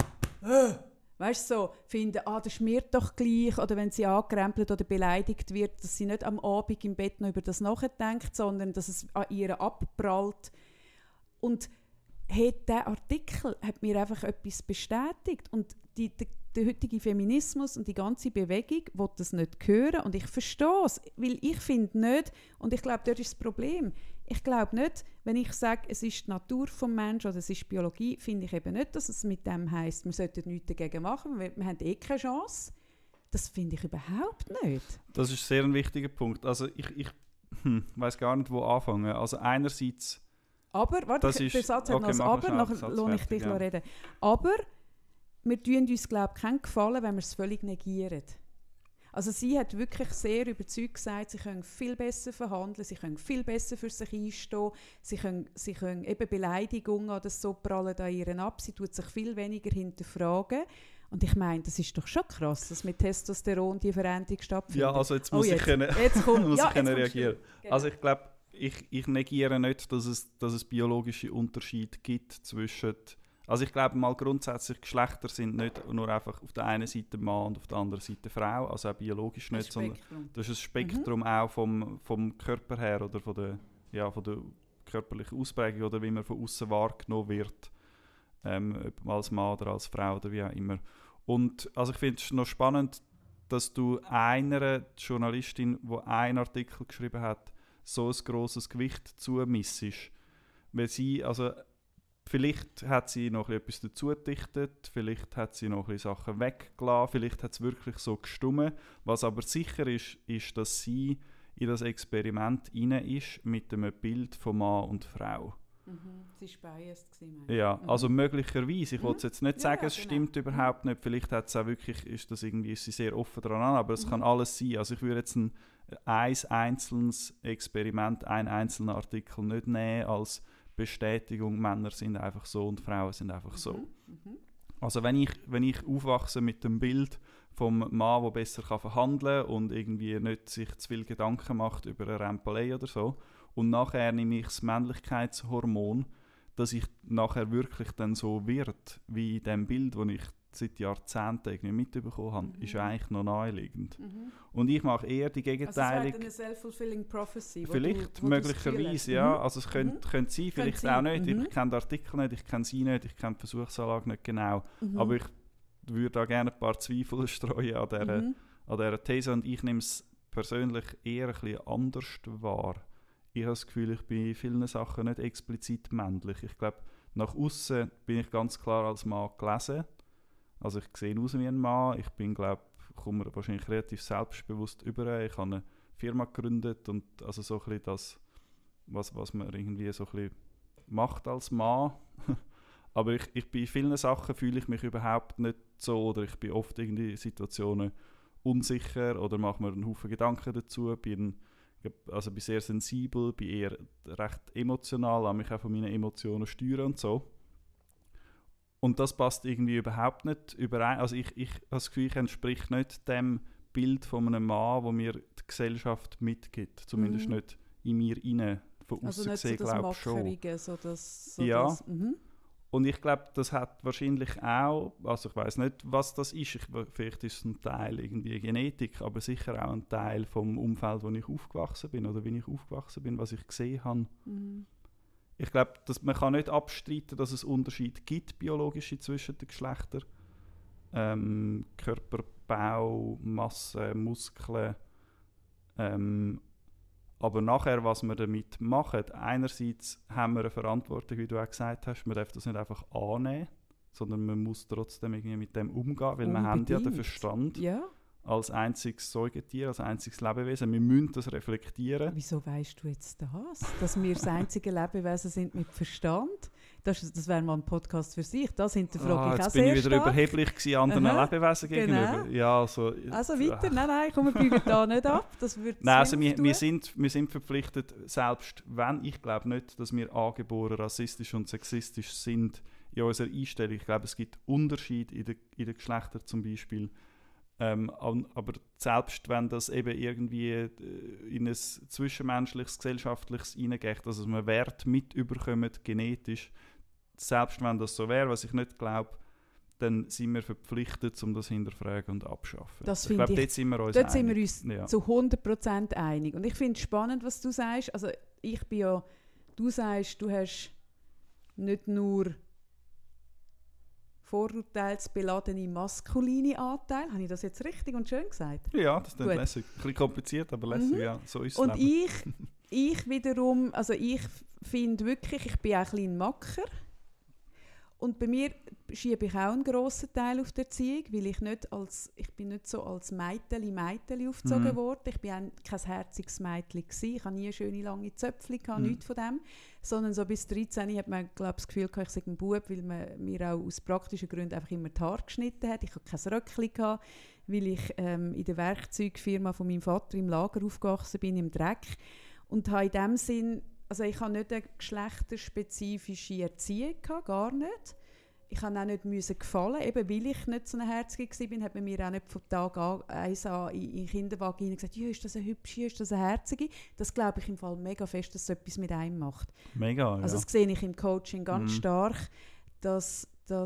finden, das ist mir doch gleich, oder wenn sie angekrempelt oder beleidigt wird, dass sie nicht am Abend im Bett noch über das nachdenkt, sondern dass es an ihr abprallt. Und der Artikel hat mir einfach etwas bestätigt. Und der heutige Feminismus und die ganze Bewegung will das nicht hören. Und ich verstehe es, weil ich finde nicht, und ich glaube, dort ist das Problem, ich glaube nicht, wenn ich sage, es ist die Natur des Menschen oder es ist Biologie, finde ich eben nicht, dass es mit dem heisst, wir sollten nichts dagegen machen, weil wir haben keine Chance. Das finde ich überhaupt nicht. Das ist sehr ein wichtiger Punkt. Also ich weiss gar nicht, wo anfangen. Also einerseits... Aber, warte, der Satz hat noch ein Aber, nachher lohne ich dich reden. Aber wir tun uns, glaube ich, keinen Gefallen, wenn wir es völlig negieren. Also sie hat wirklich sehr überzeugt gesagt, sie können viel besser verhandeln, sie können viel besser für sich einstehen, sie können eben Beleidigungen oder so prallen an ihren ab, sie tut sich viel weniger hinterfragen. Und ich meine, das ist doch schon krass, dass mit Testosteron die Veränderung stattfindet. Ja, also jetzt muss ich reagieren. Genau. Also ich glaube, ich negiere nicht, dass es biologische Unterschiede gibt zwischen... Also ich glaube mal grundsätzlich, Geschlechter sind nicht nur einfach auf der einen Seite Mann und auf der anderen Seite Frau, also auch biologisch nicht, sondern das ist ein Spektrum auch vom Körper her oder von der körperlichen Ausprägung oder wie man von außen wahrgenommen wird, ob als Mann oder als Frau oder wie auch immer. Und also ich finde es noch spannend, dass du einer Journalistin, die einen Artikel geschrieben hat, so ein grosses Gewicht zumissest. Weil sie, also Vielleicht hat sie noch etwas dazu gedichtet, vielleicht hat sie noch ein bisschen Sachen weggelassen, vielleicht hat es wirklich so gestummen. Was aber sicher ist, ist, dass sie in das Experiment rein ist mit einem Bild von Mann und Frau. Sie war biased, ja, also möglicherweise. Ich wollte jetzt nicht sagen, es stimmt überhaupt nicht. Vielleicht hat es auch wirklich, ist sie sehr offen daran, aber es kann alles sein. Also ich würde jetzt ein einzelnes Experiment, einen einzelnen Artikel nicht nehmen als Bestätigung, Männer sind einfach so und Frauen sind einfach so. Also wenn ich aufwachse mit dem Bild vom Mann, der besser verhandeln kann und irgendwie nicht sich zu viel Gedanken macht über eine Rempelei oder so, und nachher nehme ich das Männlichkeitshormon, dass ich nachher wirklich dann so wird, wie in dem Bild, das ich seit Jahrzehnten irgendwie mitbekommen habe, ist eigentlich noch naheliegend. Und ich mache eher die gegenteilige... Also es ist eine self-fulfilling prophecy. Vielleicht, möglicherweise, ja. Also es könnte sein, vielleicht auch nicht. Ich kenne den Artikel nicht, ich kenne sie nicht, ich kenne die Versuchsanlage nicht genau. Aber ich würde da gerne ein paar Zweifel streuen an dieser These. Und ich nehme es persönlich eher ein bisschen anders wahr. Ich habe das Gefühl, ich bin in vielen Sachen nicht explizit männlich. Ich glaube, nach außen bin ich ganz klar als Mann gelesen. Also ich sehe aus wie ein Mann. Ich bin, komme wahrscheinlich relativ selbstbewusst über. Ich habe eine Firma gegründet und also so ein bisschen das, was man irgendwie so ein bisschen macht als Mann. Aber ich bin in vielen Sachen fühle ich mich überhaupt nicht so, oder ich bin oft in Situationen unsicher oder mache mir einen Haufen Gedanken dazu. Bin sehr sensibel, bin eher recht emotional, lasse mich auch von meinen Emotionen steuern und so. Und das passt irgendwie überhaupt nicht überein. Also ich habe das Gefühl, ich entspricht nicht dem Bild von einem Mann, das mir die Gesellschaft mitgibt. Zumindest nicht in mir rein. Von außen gesehen, glaube ich schon. Ja. Und ich glaube, das hat wahrscheinlich auch, also ich weiß nicht, was das ist. Vielleicht ist es ein Teil irgendwie Genetik, aber sicher auch ein Teil vom Umfeld, wo ich aufgewachsen bin oder wie ich aufgewachsen bin, was ich gesehen habe. Ich glaube, man kann nicht abstreiten, dass es Unterschiede gibt, biologische, zwischen den Geschlechtern. Körperbau, Masse, Muskeln. Aber nachher, was wir damit machen, einerseits haben wir eine Verantwortung, wie du auch gesagt hast, man darf das nicht einfach annehmen, sondern man muss trotzdem irgendwie mit dem umgehen, weil wir haben ja den Verstand als einziges Säugetier, als einziges Lebewesen. Wir müssen das reflektieren. Wieso weißt du jetzt das? Dass wir das einzige Lebewesen sind mit Verstand? Das wäre mal ein Podcast für sich. Das hinterfrage ich auch sehr stark. Jetzt bin ich wieder überheblich anderen Lebewesen gegenüber. Ja, also weiter. Nein, komm, wir biegen da nicht ab. Das nein, also wir sind verpflichtet, selbst wenn, ich glaube nicht, dass wir angeboren rassistisch und sexistisch sind in unserer Einstellung. Ich glaube, es gibt Unterschiede in den Geschlechtern zum Beispiel. Aber selbst wenn das eben irgendwie in ein zwischenmenschliches, gesellschaftliches hineingeht, also dass man Wert mitüberkommt, genetisch, selbst wenn das so wäre, was ich nicht glaube, dann sind wir verpflichtet, um das hinterfragen und abschaffen. Ich glaube, dort sind wir uns zu 100% einig. Und ich finde es spannend, was du sagst. Also du sagst, du hast nicht nur vorurteilsbeladene maskuline Anteil. Habe ich das jetzt richtig und schön gesagt? Ja, das ist lässig. Ein bisschen kompliziert, aber lässig, ja. So ist es. Und ich wiederum, also ich finde wirklich, ich bin auch ein bisschen ein Macker. Und bei mir schiebe ich auch einen grossen Teil auf die Erziehung, weil ich bin nicht so als Meiteli aufgezogen worden. Ich bin auch kein herziges Mädchen gewesen. Ich hatte nie schöne lange Zöpfchen, nichts von dem. Sondern so bis 13 hat man, glaube ich, das Gefühl gehabt, ich sei ein Bub, weil man mir auch aus praktischen Gründen einfach immer die Haare geschnitten hat. Ich hatte kein Röckchen gehabt, weil ich in der Werkzeugfirma von meinem Vater im Lager aufgewachsen bin, im Dreck. Und habe in dem Sinn, also ich habe nicht eine geschlechterspezifische Erziehung gehabt, gar nicht. Ich habe auch nicht gefallen, eben weil ich nicht so eine Herzige war, hat man mir auch nicht von Tag eins an in den Kinderwagen gesagt, ja, ist das eine hübsche, ist das eine Herzige? Das glaube ich im Fall mega fest, dass es etwas mit einem macht. Mega, ja. Also das sehe ich im Coaching ganz stark, dass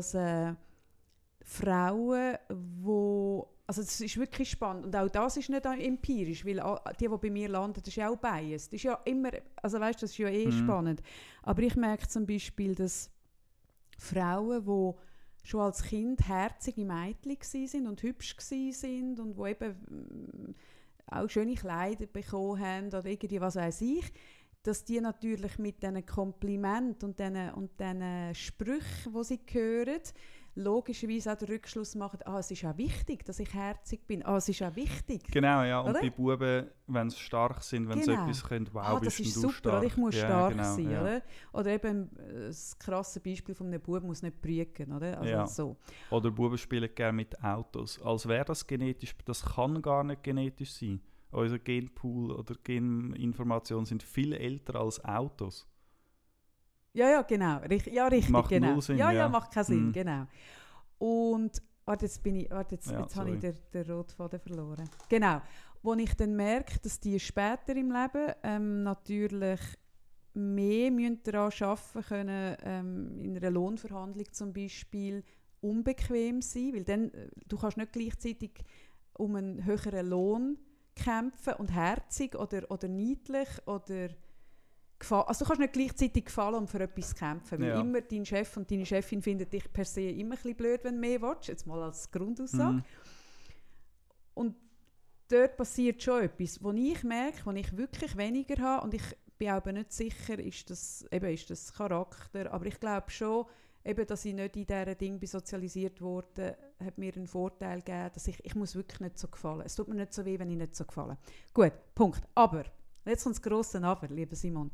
Frauen, also das ist wirklich spannend und auch das ist nicht empirisch, weil die bei mir landen, das ist ja auch biased. Das ist ja immer, also weißt, das ist ja spannend. Aber ich merke zum Beispiel, dass Frauen, die schon als Kind herzige Mädchen waren und hübsch waren und die eben auch schöne Kleider bekommen haben oder irgendwie was weiß ich, dass die natürlich mit diesen Komplimenten und diesen Sprüchen, die sie hören, logischerweise auch den Rückschluss machen, es ist auch wichtig, dass ich herzig bin. Es ist auch wichtig. Genau, ja. Und oder? bei Buben, wenn sie stark sind, wenn sie etwas können, wow, das bist ist du super, stark. Ich muss stark sein. Ja. Oder eben das krasse Beispiel von einem Buben muss nicht prügeln. Oder? Also so. Oder Buben spielen gerne mit Autos. Als wäre das genetisch, das kann gar nicht genetisch sein. Unser Genpool oder Geninformationen sind viel älter als Autos. Ja, genau. Richtig, macht genau. Null Sinn, ja, macht keinen Sinn, genau. Und, jetzt habe ich den Rotfaden verloren. Genau. Wo ich dann merke, dass die später im Leben natürlich mehr daran arbeiten können, in einer Lohnverhandlung zum Beispiel unbequem sein, weil dann, du kannst nicht gleichzeitig um einen höheren Lohn kämpfen und herzig oder niedlich oder also du kannst nicht gleichzeitig gefallen und für etwas kämpfen, weil immer dein Chef und deine Chefin finden dich per se immer ein bisschen blöd, wenn du mehr willst, jetzt mal als Grundaussage. Und dort passiert schon etwas, wo ich merke, wo ich wirklich weniger habe und ich bin auch nicht sicher, ist das Charakter, aber ich glaube schon, eben, dass ich nicht in diesen Dingen sozialisiert wurde, hat mir einen Vorteil gegeben, dass ich muss wirklich nicht so gefallen. Es tut mir nicht so weh, wenn ich nicht so gefalle. Gut, Punkt. Aber, jetzt kommt das grosse Aber, lieber Simon.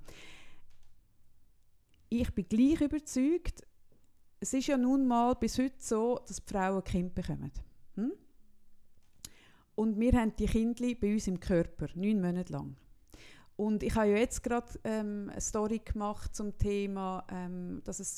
Ich bin gleich überzeugt, es ist ja nun mal bis heute so, dass die Frauen Kinder bekommen. Und wir haben die Kinder bei uns im Körper, 9 Monate lang. Und ich habe ja jetzt gerade eine Story gemacht zum Thema, dass es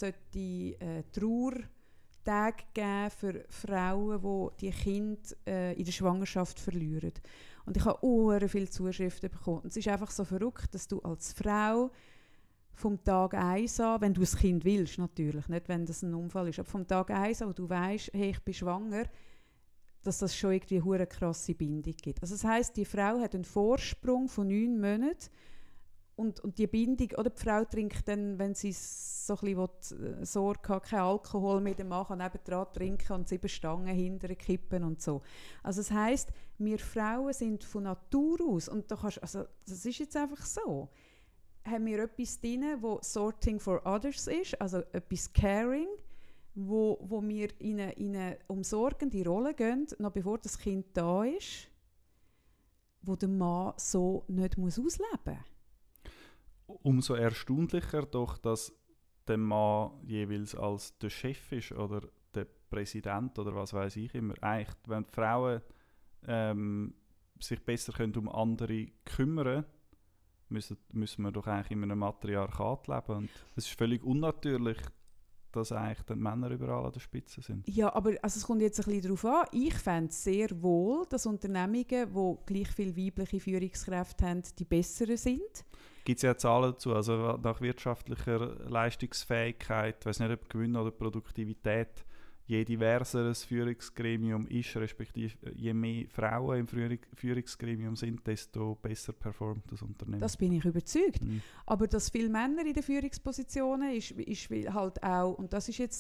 Trauertage geben für Frauen, die Kinder in der Schwangerschaft verlieren. Und ich habe sehr viele Zuschriften bekommen. Und es ist einfach so verrückt, dass du als Frau vom Tag 1 an, wenn du ein Kind willst natürlich, nicht wenn das ein Unfall ist, aber vom Tag 1 an, wo du weißt, hey, ich bin schwanger, dass das schon irgendwie eine hure krasse Bindung gibt. Also das heisst, die Frau hat einen Vorsprung von 9 Monaten und die Bindung, oder die Frau trinkt dann, wenn sie so ein bisschen Sorge hat, keinen Alkohol mehr, dann kann nebendran trinken und 7 Stangen hinterher kippen und so. Also das heisst, wir Frauen sind von Natur aus, und das ist jetzt einfach so, haben wir etwas drin, wo Sorting for Others ist, also etwas Caring, wo wir in eine umsorgende Rolle gehen, noch bevor das Kind da ist, wo der Mann so nicht ausleben muss. Umso erstaunlicher doch, dass der Mann jeweils als der Chef ist oder der Präsident oder was weiß ich immer. Eigentlich, wenn die Frauen sich besser können um andere kümmern, müssen wir doch eigentlich in einem Matriarchat leben. Und es ist völlig unnatürlich, dass eigentlich die Männer überall an der Spitze sind. Ja, aber also es kommt jetzt ein bisschen darauf an. Ich fände es sehr wohl, dass Unternehmungen, die gleich viele weibliche Führungskräfte haben, die besseren sind. Gibt es ja Zahlen dazu, also nach wirtschaftlicher Leistungsfähigkeit, ich weiss nicht, ob Gewinn oder Produktivität, je diverser ein Führungsgremium ist, respektive je mehr Frauen im Führungsgremium sind, desto besser performt das Unternehmen. Das bin ich überzeugt. Aber dass viele Männer in den Führungspositionen ist halt auch, und das ist jetzt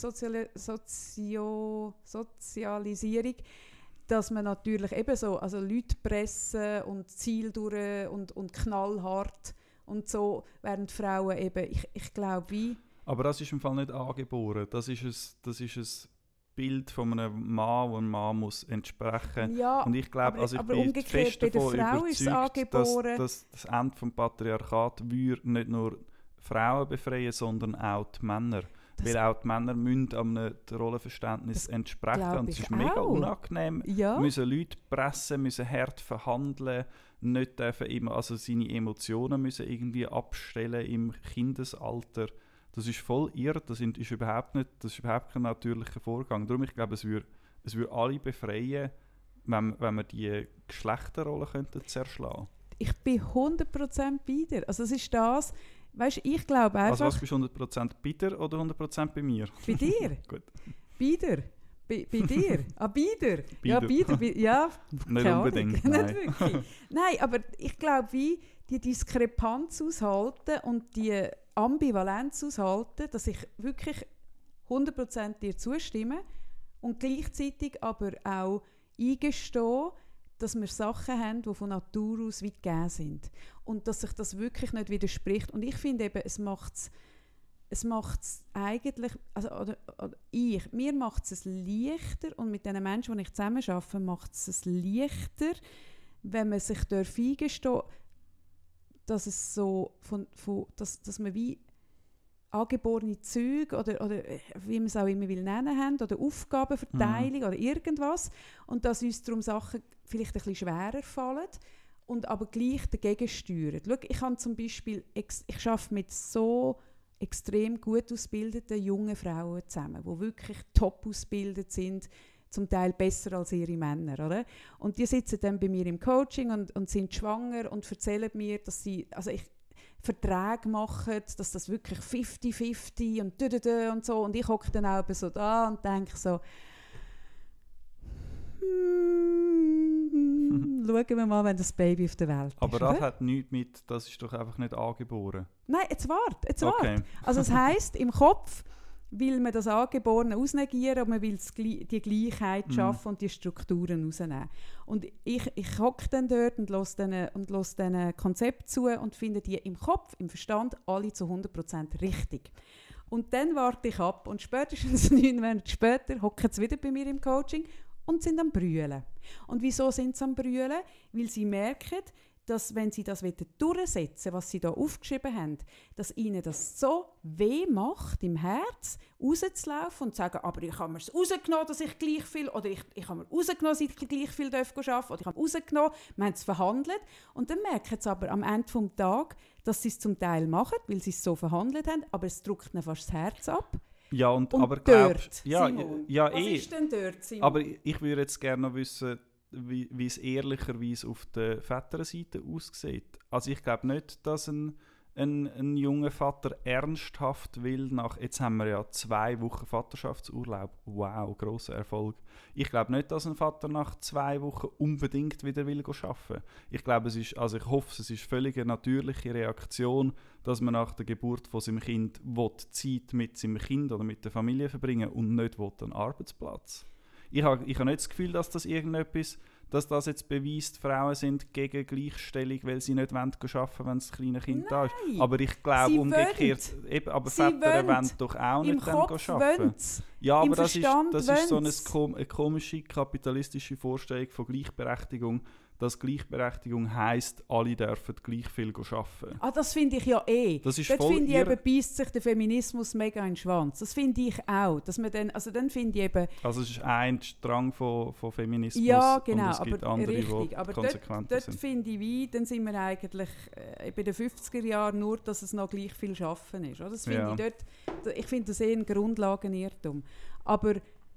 Sozialisierung, dass man natürlich eben so, also Leute pressen und Ziel durch und knallhart und so, während Frauen eben, ich glaube wie... Aber das ist im Fall nicht angeboren. Das ist ein Bild von einem Mann, wo ein Mann muss entsprechen muss. Ja, und ich glaube, also ich bin fest davon überzeugt, dass das Ende des Patriarchats nicht nur Frauen befreien, sondern auch die Männer. Weil auch die Männer müssen einem Rollenverständnis entsprechen. Und es ist mega unangenehm. Ja. Müssen Leute pressen, müssen hart verhandeln, nicht dürfen immer, also seine Emotionen müssen irgendwie abstellen im Kindesalter. Das ist voll irre, das ist überhaupt kein natürlicher Vorgang. Darum, ich glaube, es würde alle befreien, wenn wir die Geschlechterrollen zerschlagen könnten. Ich bin 100% bei dir. Also es ist das, weißt, ich glaube einfach... Also was bist du 100% bei dir oder 100% bei mir? Bei dir. Gut. Bei dir. Bei dir? Ah, bei dir? Ja, bei dir. Ja, nicht unbedingt, nein. Nicht wirklich. Nein, aber ich glaube, wie die Diskrepanz aushalten und die Ambivalenz aushalten, dass ich wirklich 100% dir zustimme und gleichzeitig aber auch eingestehe, dass wir Sachen haben, die von Natur aus wie gegeben sind. Und dass sich das wirklich nicht widerspricht. Und ich finde eben, es macht es eigentlich, mir macht es leichter, und mit den Menschen, die ich zusammen arbeite, macht es leichter, wenn man sich eingestehen darf, dass es so dass man wie angeborene Züge oder wie man es auch immer will nennen haben, oder Aufgabenverteilung oder irgendwas, und dass uns darum Sachen vielleicht ein bisschen schwerer fallen und aber gleich dagegen steuern. Schau, ich habe zum Beispiel, ich arbeite mit so extrem gut ausgebildeten jungen Frauen zusammen, die wirklich top ausgebildet sind, zum Teil besser als ihre Männer, oder? Und die sitzen dann bei mir im Coaching und sind schwanger und erzählen mir, dass sie, Verträge machen, dass das wirklich 50-50 und so. Und ich hocke dann auch so da und denke so, schauen wir mal, wenn das Baby auf der Welt ist. Aber das hat nichts mit, das ist doch einfach nicht angeboren. Nein, jetzt wart. Also das heisst, im Kopf will man das Angeborene ausnegieren und man will die Gleichheit schaffen und die Strukturen rausnehmen. Und ich hocke dann dort und höre diesen Konzept zu und finde die im Kopf, im Verstand alle zu 100% richtig. Und dann warte ich ab und spätestens 9 Monate später hocken sie wieder bei mir im Coaching und sind am Brüllen. Und wieso sind sie am Brüllen? Weil sie merken, dass, wenn sie das durchsetzen wollen, was sie da aufgeschrieben haben, dass ihnen das so weh macht, im Herz, rauszulaufen und zu sagen, aber ich habe mir es rausgenommen, dass ich gleich viel, oder ich habe mir rausgenommen, dass ich gleich viel arbeiten darf, oder ich habe rausgenommen, wir haben es verhandelt. Und dann merken sie aber am Ende des Tages, dass sie es zum Teil machen, weil sie es so verhandelt haben, aber es drückt ihnen fast das Herz ab. Ja, und aber dort, Simon, was ist denn dort, Simon? Aber ich würde jetzt gerne noch wissen, wie es ehrlicherweise auf der Väterseite aussieht. Also ich glaube nicht, dass ein junger Vater ernsthaft will jetzt haben wir ja 2 Wochen Vaterschaftsurlaub. Wow, grosser Erfolg. Ich glaube nicht, dass ein Vater nach 2 Wochen unbedingt wieder will arbeiten. Ich glaube, ich hoffe, es ist völlig eine natürliche Reaktion, dass man nach der Geburt von seinem Kind Zeit mit seinem Kind oder mit der Familie verbringen und nicht einen Arbeitsplatz. Ich habe nicht das Gefühl, dass das irgendetwas, dass das jetzt beweist, Frauen sind gegen Gleichstellung, weil sie nicht arbeiten wollen, wenn das kleine Kind da ist. Aber ich glaube umgekehrt, aber Väter wollen doch auch nicht dann arbeiten. Ja, aber das ist so eine komische kapitalistische Vorstellung von Gleichberechtigung, dass Gleichberechtigung heisst, alle dürfen gleich viel arbeiten. Das finde ich ja eh. Das ist dort finde ich eben, beißt sich der Feminismus mega in den Schwanz. Das finde ich auch. Dass man dann finde ich eben... Also es ist ein Strang von Feminismus, ja, genau, und es gibt andere, richtig, die aber konsequenter sind. Dort finde ich, dann sind wir eigentlich bei den 50er Jahren nur, dass es noch gleich viel Schaffen ist. Das finde ich finde das eher ein Grundlagenirrtum. Aber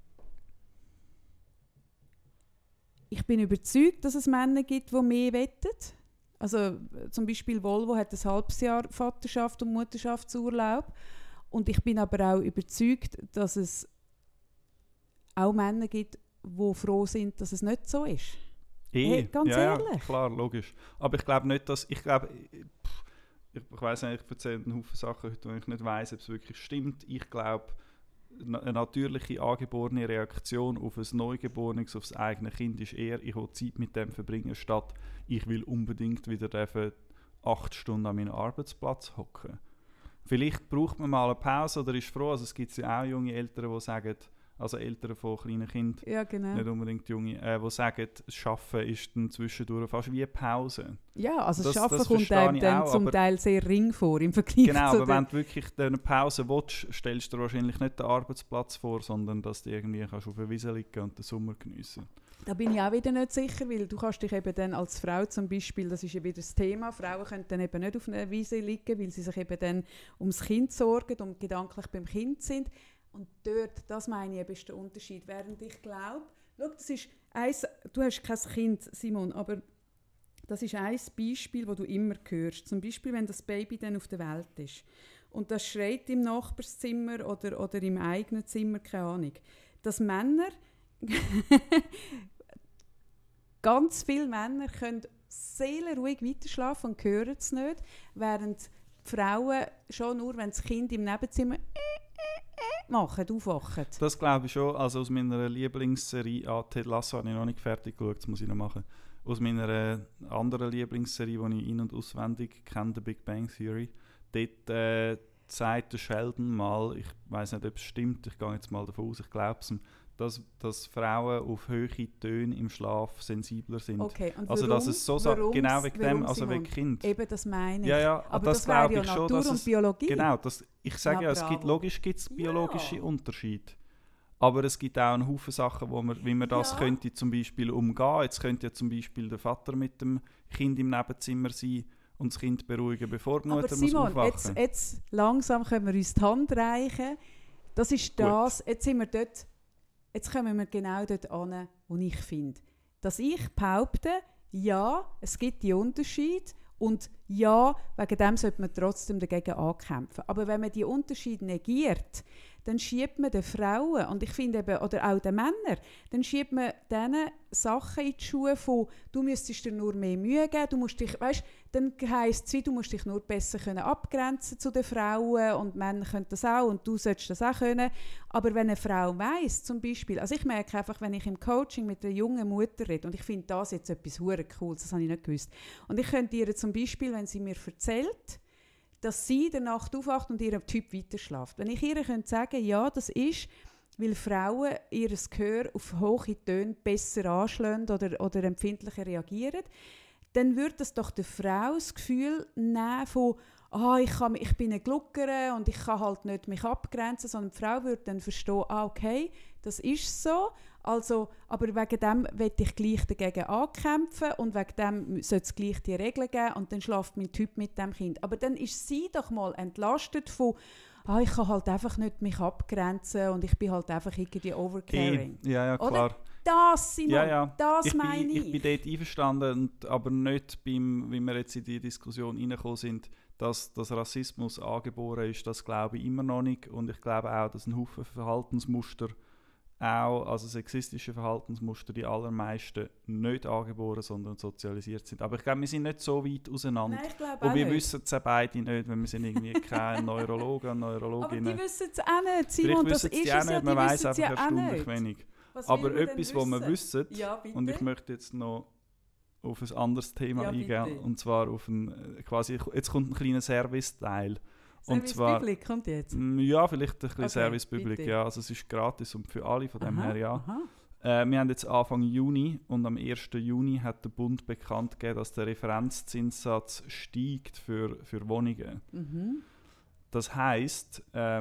ich bin überzeugt, dass es Männer gibt, die mehr wetten. Also zum Beispiel Volvo hat ein halbes Jahr Vaterschaft und Mutterschaftsurlaub. Und ich bin aber auch überzeugt, dass es auch Männer gibt, die froh sind, dass es nicht so ist. Ganz ehrlich. Ja, klar, logisch. Aber ich glaube nicht, dass... Ich weiss nicht, ich erzähle einen Haufen Sachen heute, wo ich nicht weiss, ob es wirklich stimmt. Ich glaube, eine natürliche angeborene Reaktion auf ein Neugeborenes, auf das eigene Kind ist eher, ich will Zeit mit dem verbringen, statt ich will unbedingt wieder 8 Stunden an meinem Arbeitsplatz hocken. Vielleicht braucht man mal eine Pause oder ist froh, also es gibt ja auch junge Eltern, die sagen, also Eltern von kleinen Kindern, ja, genau. Nicht unbedingt junge, die sagen, das Arbeiten ist dann zwischendurch fast wie eine Pause. Ja, also das Arbeiten kommt einem dann zum Teil sehr ring vor im Vergleich genau, zu aber wenn du wirklich eine Pause willst, stellst du dir wahrscheinlich nicht den Arbeitsplatz vor, sondern dass du irgendwie kannst auf der Wiese liegen und den Sommer geniessen. Da bin ich auch wieder nicht sicher, weil du kannst dich eben dann als Frau zum Beispiel, das ist ja wieder das Thema, Frauen können dann eben nicht auf einer Wiese liegen, weil sie sich eben dann ums Kind sorgen und gedanklich beim Kind sind. Und dort, das meine ich, ist der Unterschied. Während ich glaube, das ist du hast kein Kind, Simon, aber das ist ein Beispiel, das du immer hörst. Zum Beispiel, wenn das Baby dann auf der Welt ist und das schreit im Nachbarszimmer oder im eigenen Zimmer, keine Ahnung, dass Männer, ganz viele Männer können seelenruhig weiterschlafen und hören es nicht, während Frauen schon nur, wenn das Kind im Nebenzimmer machen, aufwachen. Das glaube ich schon. Also aus meiner Lieblingsserie, Ted Lasso habe ich noch nicht fertig geschaut, das muss ich noch machen. Aus meiner anderen Lieblingsserie, die ich in- und auswendig kenne, The Big Bang Theory, dort sagt der Sheldon mal, ich weiß nicht, ob es stimmt, ich gehe jetzt mal davon aus, ich glaube es, dass Frauen auf hohe Töne im Schlaf sensibler sind. Okay, und also dass es so genau wegen dem, also wegen Kind. Eben, das meine ich. Ja, aber das wäre ja Natur schon, und Biologie. Genau, ich sage ja, es gibt biologische Unterschiede. Aber es gibt auch einen Haufen Sachen, wie man das könnte zum Beispiel umgehen. Jetzt könnte ja zum Beispiel der Vater mit dem Kind im Nebenzimmer sein und das Kind beruhigen, bevor die Mutter Simon, muss aufwachen. Jetzt langsam können wir uns die Hand reichen. Das ist das. Jetzt sind wir dort. Jetzt kommen wir genau dort an, wo ich finde, dass ich behaupte, ja, es gibt die Unterschiede und ja, wegen dem sollte man trotzdem dagegen ankämpfen. Aber wenn man die Unterschiede negiert, dann schiebt man den Frauen und ich finde eben, oder auch den Männern, dann schiebt man denen Sachen in die Schuhe von, du müsstest dir nur mehr Mühe geben, du musst dich, weißt, dann heisst es, du musst dich nur besser können abgrenzen zu den Frauen und Männer können das auch und du solltest das auch können. Aber wenn eine Frau weiss, zum Beispiel, also ich merke einfach, wenn ich im Coaching mit einer jungen Mutter rede und ich finde das jetzt etwas hure Cooles, das habe ich nicht gewusst. Und ich könnte ihr zum Beispiel, wenn sie mir erzählt, dass sie in der Nacht aufwacht und ihrem Typ weiterschläft. Wenn ich ihr könnte sagen, ja, das ist, weil Frauen ihr Gehör auf hohe Töne besser anschlagen oder empfindlicher reagieren, dann würde das doch der Frau das Gefühl nehmen von ich bin eine Gluckere und ich kann halt nicht mich abgrenzen, sondern die Frau würde dann verstehen, okay, das ist so, also, aber wegen dem will ich gleich dagegen ankämpfen und wegen dem sollte es gleich die Regeln geben und dann schläft mein Typ mit dem Kind. Aber dann ist sie doch mal entlastet von ich kann halt einfach nicht mich abgrenzen und ich bin halt einfach irgendwie overcaring. Ja, klar. Oder? Das, Simon, das meine ich. Ich bin dort einverstanden, aber nicht beim, wie wir jetzt in die Diskussion reingekommen sind, dass Rassismus angeboren ist, das glaube ich immer noch nicht. Und ich glaube auch, dass ein Haufen Verhaltensmuster, also sexistische Verhaltensmuster, die allermeisten nicht angeboren, sondern sozialisiert sind. Aber ich glaube, wir sind nicht so weit auseinander. Nein, ich glaube und auch wir nicht. wissen es auch beide nicht, wenn wir sind irgendwie kein Neurologen und Neurologinnen. Aber die wissen es auch nicht, Simon, das ist es ja, nicht. Man weiss einfach erstaunlich wenig. Aber etwas, was wir wissen, und ich möchte jetzt noch auf ein anderes Thema eingehen, und zwar auf jetzt kommt ein kleiner Service-Teil. Service Public kommt jetzt? Ja, vielleicht ein bisschen Service Public, ja. Also es ist gratis und für alle, von dem her, ja. Wir haben jetzt Anfang Juni und am 1. Juni hat der Bund bekannt gegeben, dass der Referenzzinssatz steigt für Wohnungen. Mhm. Das heisst,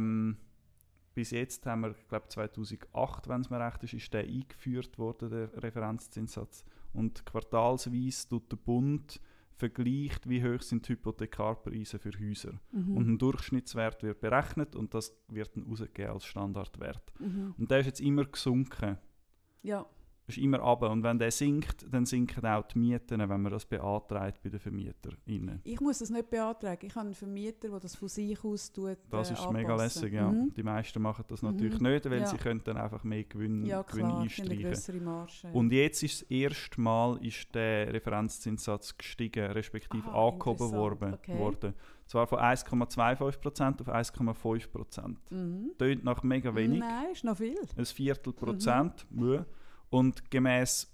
bis jetzt haben wir, ich glaube 2008, wenn es mir recht ist der eingeführt worden, der Referenzzinssatz. Und quartalsweise tut der Bund vergleicht, wie hoch sind die Hypothekarpreise für Häuser. Mhm. Und ein Durchschnittswert wird berechnet und das wird dann rausgegeben als Standardwert. Mhm. Und der ist jetzt immer gesunken. Ja. Ist immer runter. Und wenn der sinkt, dann sinken auch die Mieten, wenn man das beantragt bei den VermieterInnen. Ich muss das nicht beantragen. Ich habe einen Vermieter, der das von sich aus tut. Das ist anpassen. mega lässig, ja. Die meisten machen das natürlich nicht, weil sie können dann einfach mehr Gewinn einstreichen. Eine grössere Marge. Und jetzt ist das erste Mal der Referenzzinssatz gestiegen, respektive angehoben worden. Zwar von 1,25% auf 1,5%. Tönt nach mega wenig. Nein, ist noch viel. Ein Viertelprozent. Und gemäss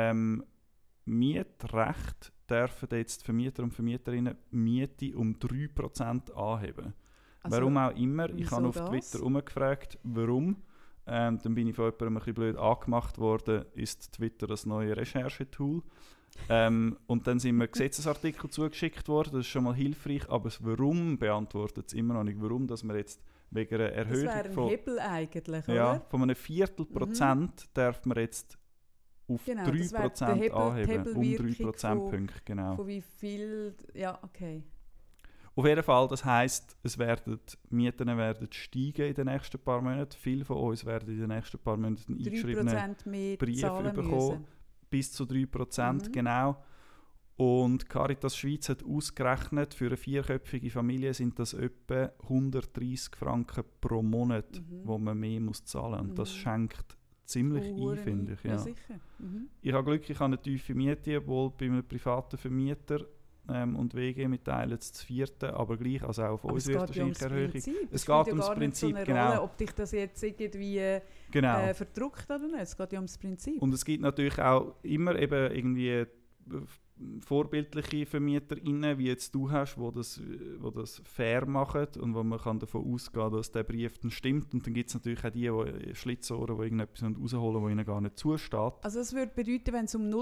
Mietrecht dürfen jetzt Vermieter und Vermieterinnen Miete um 3% anheben. Also, warum auch immer. Ich habe auf Twitter herumgefragt, warum. Dann bin ich von jemandem ein bisschen blöd angemacht worden, ist Twitter das neue Recherchetool. Und dann sind mir Gesetzesartikel zugeschickt worden, das ist schon mal hilfreich, aber das Warum beantwortet es immer noch nicht. Warum, dass wir jetzt wegen einer Erhöhung das wäre ein Hebel eigentlich, oder? Ja, von einem Viertelprozent darf man jetzt auf 3% anheben, um 3 Prozentpunkte, genau. Von wie viel, ja, okay. Auf jeden Fall, das heisst, Mieten werden steigen in den nächsten paar Monaten. Viele von uns werden in den nächsten paar Monaten eingeschriebene Briefe bekommen. Bis zu 3%, genau. Und Caritas Schweiz hat ausgerechnet, für eine 4-köpfige Familie sind das etwa 130 Franken pro Monat, wo man mehr muss zahlen muss. Und das schenkt ziemlich ein, finde ich. Ja. Sicher. Ich habe Glück, ich habe eine tiefe Miete, obwohl bei einem privaten Vermieter und WG, wir teilen das 4., aber gleich, also auch auf uns wird wahrscheinlich Erhöhung. Es geht ums Prinzip, so genau. Rolle, ob dich das jetzt irgendwie verdrückt oder nicht, es geht ja ums Prinzip. Und es gibt natürlich auch immer eben irgendwie vorbildliche VermieterInnen, wie jetzt du hast, wo das fair machen und wo man kann davon ausgehen, dass der Brief dann stimmt. Und dann gibt es natürlich auch die Schlitzohren, die irgendetwas rausholen, was ihnen gar nicht zusteht. Also es würde bedeuten, wenn es um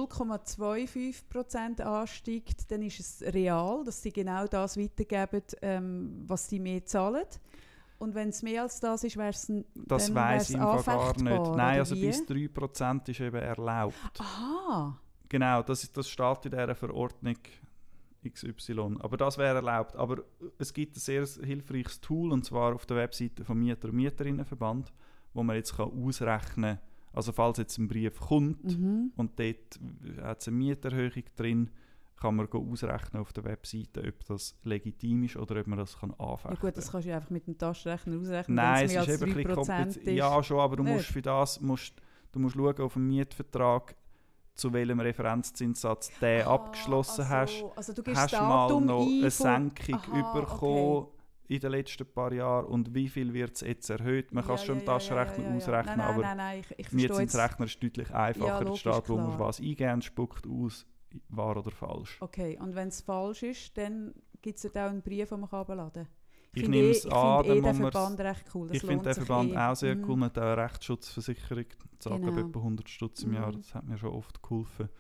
0,25% ansteigt, dann ist es real, dass sie genau das weitergeben, was sie mehr zahlen. Und wenn es mehr als das ist, wäre es das weiss ich gar nicht. Nein, also bis 3% ist eben erlaubt. Aha. Genau, das steht in dieser Verordnung XY. Aber das wäre erlaubt. Aber es gibt ein sehr hilfreiches Tool, und zwar auf der Webseite vom Mieter- und Mieterinnenverband, wo man jetzt ausrechnen kann, also falls jetzt ein Brief kommt und dort hat es eine Mieterhöhung drin, kann man ausrechnen auf der Webseite, ob das legitim ist oder ob man das anfechten kann. Ja gut, das kannst du einfach mit dem Taschenrechner ausrechnen, wenn es mehr als 3% ist. Ja, schon, aber du musst für das du musst schauen auf den Mietvertrag, zu welchem Referenzzinssatz du abgeschlossen hast. Also du hast du mal noch eine Senkung bekommen in den letzten paar Jahren und wie viel wird es jetzt erhöht? Man kann es schon im Taschenrechner ausrechnen, aber Mietzinsrechner ist deutlich einfacher. Da steht, wo man was eingeben, spuckt aus, wahr oder falsch. Okay, und wenn es falsch ist, dann gibt es auch einen Brief, den man herunterladen kann? Ich nehme es an, den Verband recht cool. Ich finde den Verband auch sehr cool. Man hat auch eine Rechtsschutzversicherung, zahlt etwa 100 Stutz im Jahr. Das hat mir schon oft geholfen.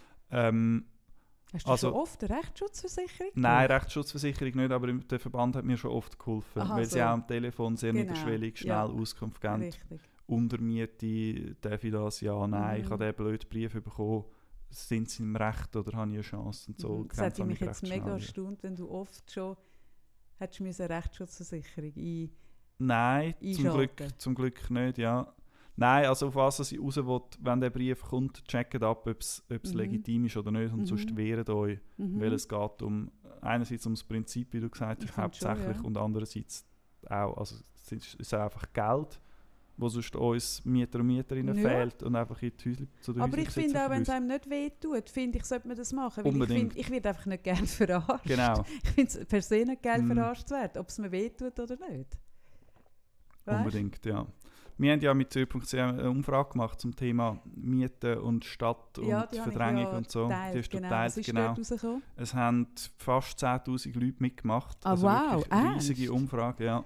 Hast du schon oft eine Rechtsschutzversicherung? Nein, Rechtsschutzversicherung nicht, aber der Verband hat mir schon oft geholfen, weil sie auch am Telefon sehr niederschwellig schnell Auskunft geben. Richtig. Untermiete, darf ich das? Ja, nein, ich habe diesen blöden Brief bekommen. Sind sie im Recht oder habe ich eine Chance? Und so. Das hätte mich jetzt mega erstaunt, wenn du oft schon hättest du eine Rechtsschutzversicherung Nein, zum Glück nicht, ja. Nein, also auf was ich raus will, wenn der Brief kommt, checkt ab, ob es legitim ist oder nicht und sonst wehrt euch, weil es geht einerseits ums Prinzip, wie du gesagt hast, hauptsächlich, und andererseits auch, also es ist einfach Geld, wo sonst uns Mieter und Mieterinnen fehlt und einfach in die Häuser zu den Aber ich finde auch, wenn es einem nicht wehtut, finde ich, sollte man das machen. Weil Unbedingt. Ich werde einfach nicht gerne verarscht. Genau. Ich finde es per se nicht gerne verarscht zu werden, ob es mir wehtut oder nicht. Weißt? Unbedingt, ja. Wir haben ja mit Zürich.ch eine Umfrage gemacht zum Thema Mieten und Stadt und Verdrängung und so. Die hast du geteilt, genau. Es haben fast 10'000 Leute mitgemacht. Also wirklich eine riesige Umfrage, ja.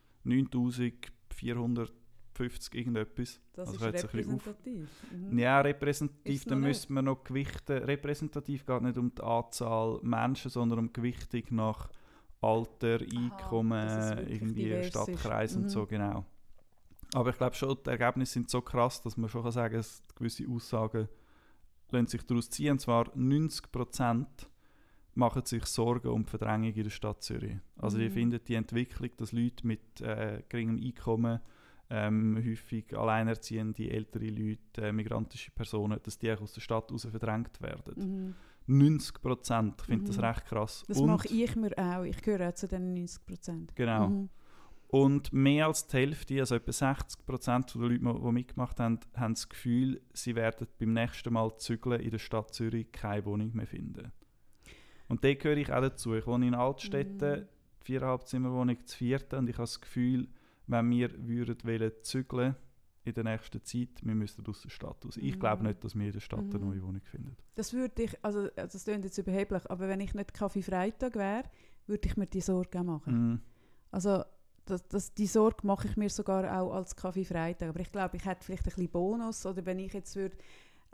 9'450 irgendetwas. Das also ist repräsentativ. Ja, repräsentativ, dann müssen wir noch gewichten. Repräsentativ geht nicht um die Anzahl Menschen, sondern um die Gewichtung nach Alter, Einkommen, irgendwie Stadtkreis und so, genau. Aber ich glaube schon, die Ergebnisse sind so krass, dass man schon sagen kann, dass gewisse Aussagen lassen sich daraus ziehen. Und zwar 90% machen sich Sorgen um die Verdrängung in der Stadt Zürich. Also die finden die Entwicklung, dass Leute mit geringem Einkommen, häufig alleinerziehende ältere Leute, migrantische Personen, dass die aus der Stadt raus verdrängt werden. 90%, ich finde das recht krass. Das mache ich mir auch. Ich gehöre auch zu den 90%. Genau. Und mehr als die Hälfte, also etwa 60% der Leute, die mitgemacht haben, haben das Gefühl, sie werden beim nächsten Mal zügeln in der Stadt Zürich keine Wohnung mehr finden. Und da gehöre ich auch dazu. Ich wohne in Altstädten, 4,5 Zimmerwohnung zu 4. Und ich habe das Gefühl, wenn wir wollen zügeln in der nächsten Zeit, wir müssten aus der Stadt raus. Ich glaube nicht, dass wir in der Stadt eine neue Wohnung finden. Das würde ich, also das klingt jetzt überheblich, aber wenn ich nicht Kaffee-Freitag wäre, würde ich mir die Sorge auch machen. Also die Sorge mache ich mir sogar auch als Kaffee-Freitag. Aber ich glaube, ich hätte vielleicht ein bisschen Bonus. Oder wenn ich jetzt würde...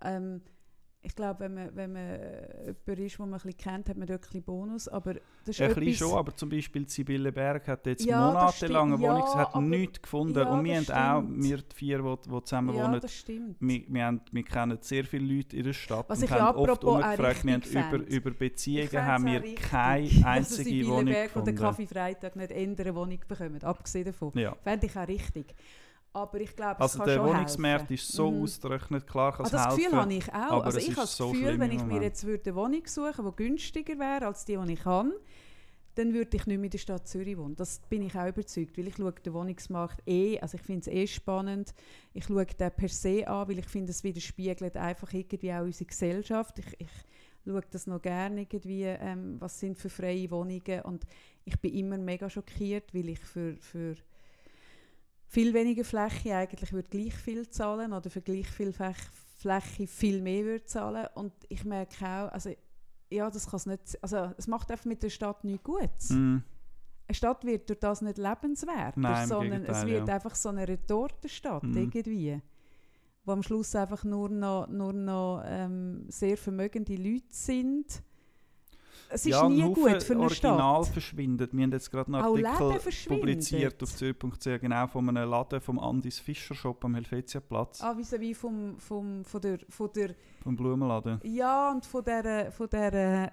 ich glaube, wenn man jemanden ist, den man ein bisschen kennt, hat man dort ein bisschen Bonus. Aber das ist ein bisschen schon, aber zum Beispiel Sibylle Berg hat jetzt monatelang eine Wohnung, hat nichts gefunden. Und wir haben auch, wir 4, die zusammen wohnen, das stimmt. Wir kennen sehr viele Leute in der Stadt was und haben oft umgefragt, wir haben über Beziehungen haben wir keine einzige Wohnung gefunden. Berg und den Kaffee-Freitag nicht eine Wohnung bekommen, abgesehen davon. Ja. Fände ich auch richtig. Aber ich glaube, also der Wohnungsmarkt ist so ausgerechnet, klar kann es helfen. Das Gefühl habe ich auch. Also ich habe das so Gefühl, wenn ich mir jetzt eine Wohnung suchen würde, die günstiger wäre als die ich kann, dann würde ich nicht mehr in der Stadt Zürich wohnen. Das bin ich auch überzeugt, weil ich schaue den Wohnungsmarkt also ich finde es spannend. Ich schaue den per se an, weil ich finde, es widerspiegelt einfach irgendwie auch unsere Gesellschaft. Ich schaue das noch gerne irgendwie, was sind für freie Wohnungen. Und ich bin immer mega schockiert, weil ich für viel weniger Fläche eigentlich würde gleich viel zahlen oder für gleich viel Fläche viel mehr würde zahlen. Und ich merke auch, also ja, das kann es nicht, also es macht einfach mit der Stadt nichts Gutes. Eine Stadt wird durch das nicht lebenswert, sondern es wird einfach so eine Retortenstadt irgendwie, wo am Schluss einfach nur noch sehr vermögende Leute sind. Es ist nie gut für eine Original Stadt. verschwindet. Wir haben jetzt gerade einen Artikel publiziert auf zürich.ch, genau von einem Laden vom Andis Fischer Shop am Helvetiaplatz. Vis-à-vis vom Blumenladen. Ja, und von der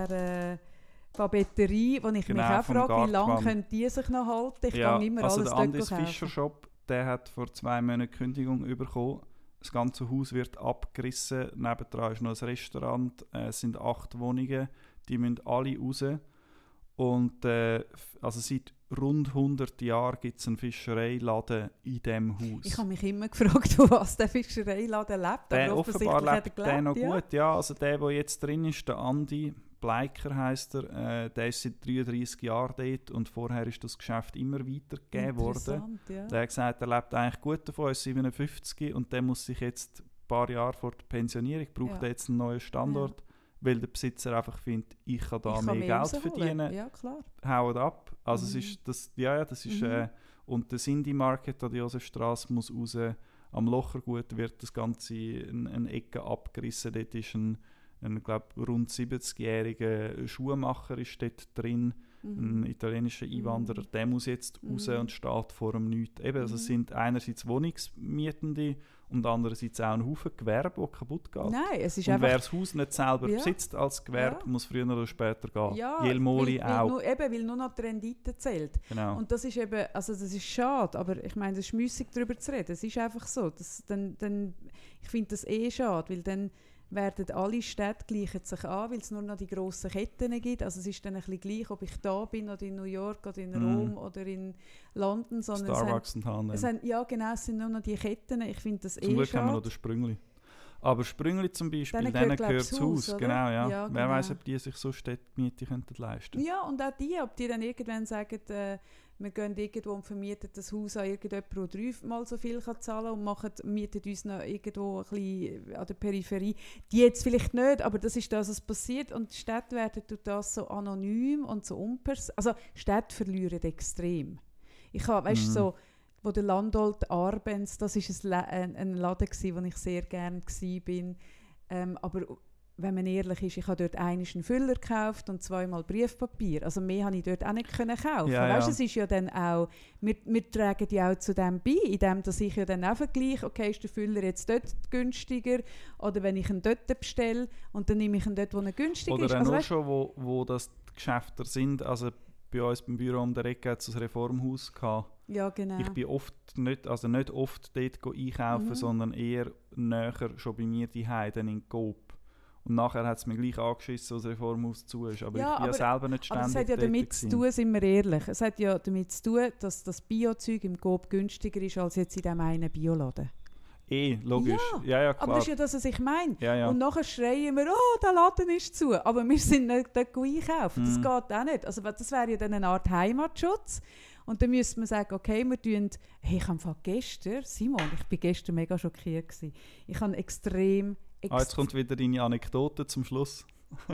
Papeterie, wo ich mich auch frage, wie lange können die sich noch halten? Ich gehe immer alles dort kaufen. Der Andis Fischer Shop, der hat vor 2 Monaten Kündigung bekommen. Das ganze Haus wird abgerissen. Nebendran ist noch ein Restaurant. Es sind 8 Wohnungen. Die müssen alle raus. Und also seit rund 100 Jahren gibt es einen Fischereiladen in diesem Haus. Ich habe mich immer gefragt, von was der Fischereiladen lebt. Der offenbar lebt der noch gut. Ja, also der jetzt drin ist, der Andi Bleiker heisst er, der ist seit 33 Jahren dort und vorher ist das Geschäft immer weitergegeben worden. Ja. Der hat gesagt, er lebt eigentlich gut davon, er ist 57 und der muss sich jetzt ein paar Jahre vor der Pensionierung, braucht er jetzt einen neuen Standort, weil der Besitzer einfach findet, ich kann da mehr Geld verdienen. Ja, klar. Haut ab. Also es ist das, das ist und der Cindy Market an der Josefstrasse muss raus. Am Lochergut wird das Ganze eine Ecke abgerissen. Dort ist ein glaube rund 70-jähriger Schuhmacher ist dort drin, ein italienischer Einwanderer, der muss jetzt raus und steht vor dem Nichts. Eben, also es sind einerseits Wohnungsmietende und andererseits auch ein Haufen Gewerbe, die kaputt geht. Nein, es ist und einfach, wer das Haus nicht selber besitzt als Gewerbe, muss früher oder später gehen. Ja, Jelmoli auch. Weil nur noch die Rendite zählt. Genau. Und das ist eben, also das ist schade, aber ich meine, es ist müßig darüber zu reden. Es ist einfach so. Ich finde das schade, weil dann werden alle Städte gleichen sich an, weil es nur noch die grossen Ketten gibt. Also es ist dann ein bisschen gleich, ob ich da bin oder in New York oder in Rom oder in London. Sondern Starbucks und H&M. Ja, genau, es sind nur noch die Ketten. Ich finde das Zum Glück haben wir noch den Sprüngli. Aber Sprüngli zum Beispiel, denen gehört das Haus. Genau, ja. Wer weiß, ob die sich so Städtmiete leisten könnten. Ja, und auch die, ob die dann irgendwann sagen, wir gehen irgendwo und vermieten das Haus an irgendjemanden, der 3-mal so viel zahlen kann und mieten uns noch irgendwo ein bisschen an der Peripherie. Die jetzt vielleicht nicht, aber das ist das, was passiert. Und die Städte werden durch das so anonym und so unpersönlich. Also Städte verlieren extrem. Ich habe, weißt du, so, wo der Landolt Arbenz, das war ein Laden, wo ich sehr gerne war. Aber wenn man ehrlich ist, ich habe dort einmal einen Füller gekauft und 2-mal Briefpapier. Also mehr konnte ich dort auch nicht kaufen. Ja, weißt, es ist ja dann auch, wir tragen ja auch zu dem bei, indem dass ich ja dann auch vergleiche, okay, ist der Füller jetzt dort günstiger oder wenn ich ihn dort bestelle und dann nehme ich ihn dort, wo er günstiger oder ist. Oder nur schon, wo das die Geschäfte sind. Also bei uns beim Büro um der Ecke hat es ein Reformhaus gehabt. Ja, genau. Ich bin nicht oft dort einkaufen, sondern eher näher schon bei mir daheim, dann in Coop. Und nachher hat es mir gleich angeschissen, als das Reformhaus zu ist. Aber ich bin ja selber nicht ständig. Aber es hat ja damit zu tun, sind wir ehrlich, es hat ja damit zu tun, dass das Bio-Zeug im Coop günstiger ist als jetzt in diesem einen Bioladen. Logisch. Ja, klar. Aber das ist ja das, was ich meine. Ja. Und nachher schreien wir, der Laden ist zu. Aber wir sind nicht dort einkaufen. Das geht auch nicht. Also das wäre ja dann eine Art Heimatschutz. Und dann müsste man sagen, okay, wir tun... Hey, ich habe gestern, Simon, ich war gestern mega schockiert gewesen. Ich habe extrem... jetzt kommt wieder deine Anekdote zum Schluss.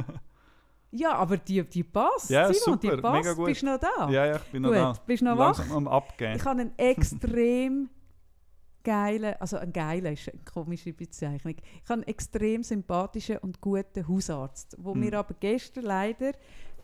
Ja, aber die passt, ja, Simon, super, die passt. Mega gut. Bist du noch da? Ja, ich bin noch da. Bist du noch wach? Langsam am Abgehen. Ich habe einen extrem geilen, also ein geiler ist eine komische Bezeichnung. Ich habe einen extrem sympathischen und guten Hausarzt, wo mir aber gestern leider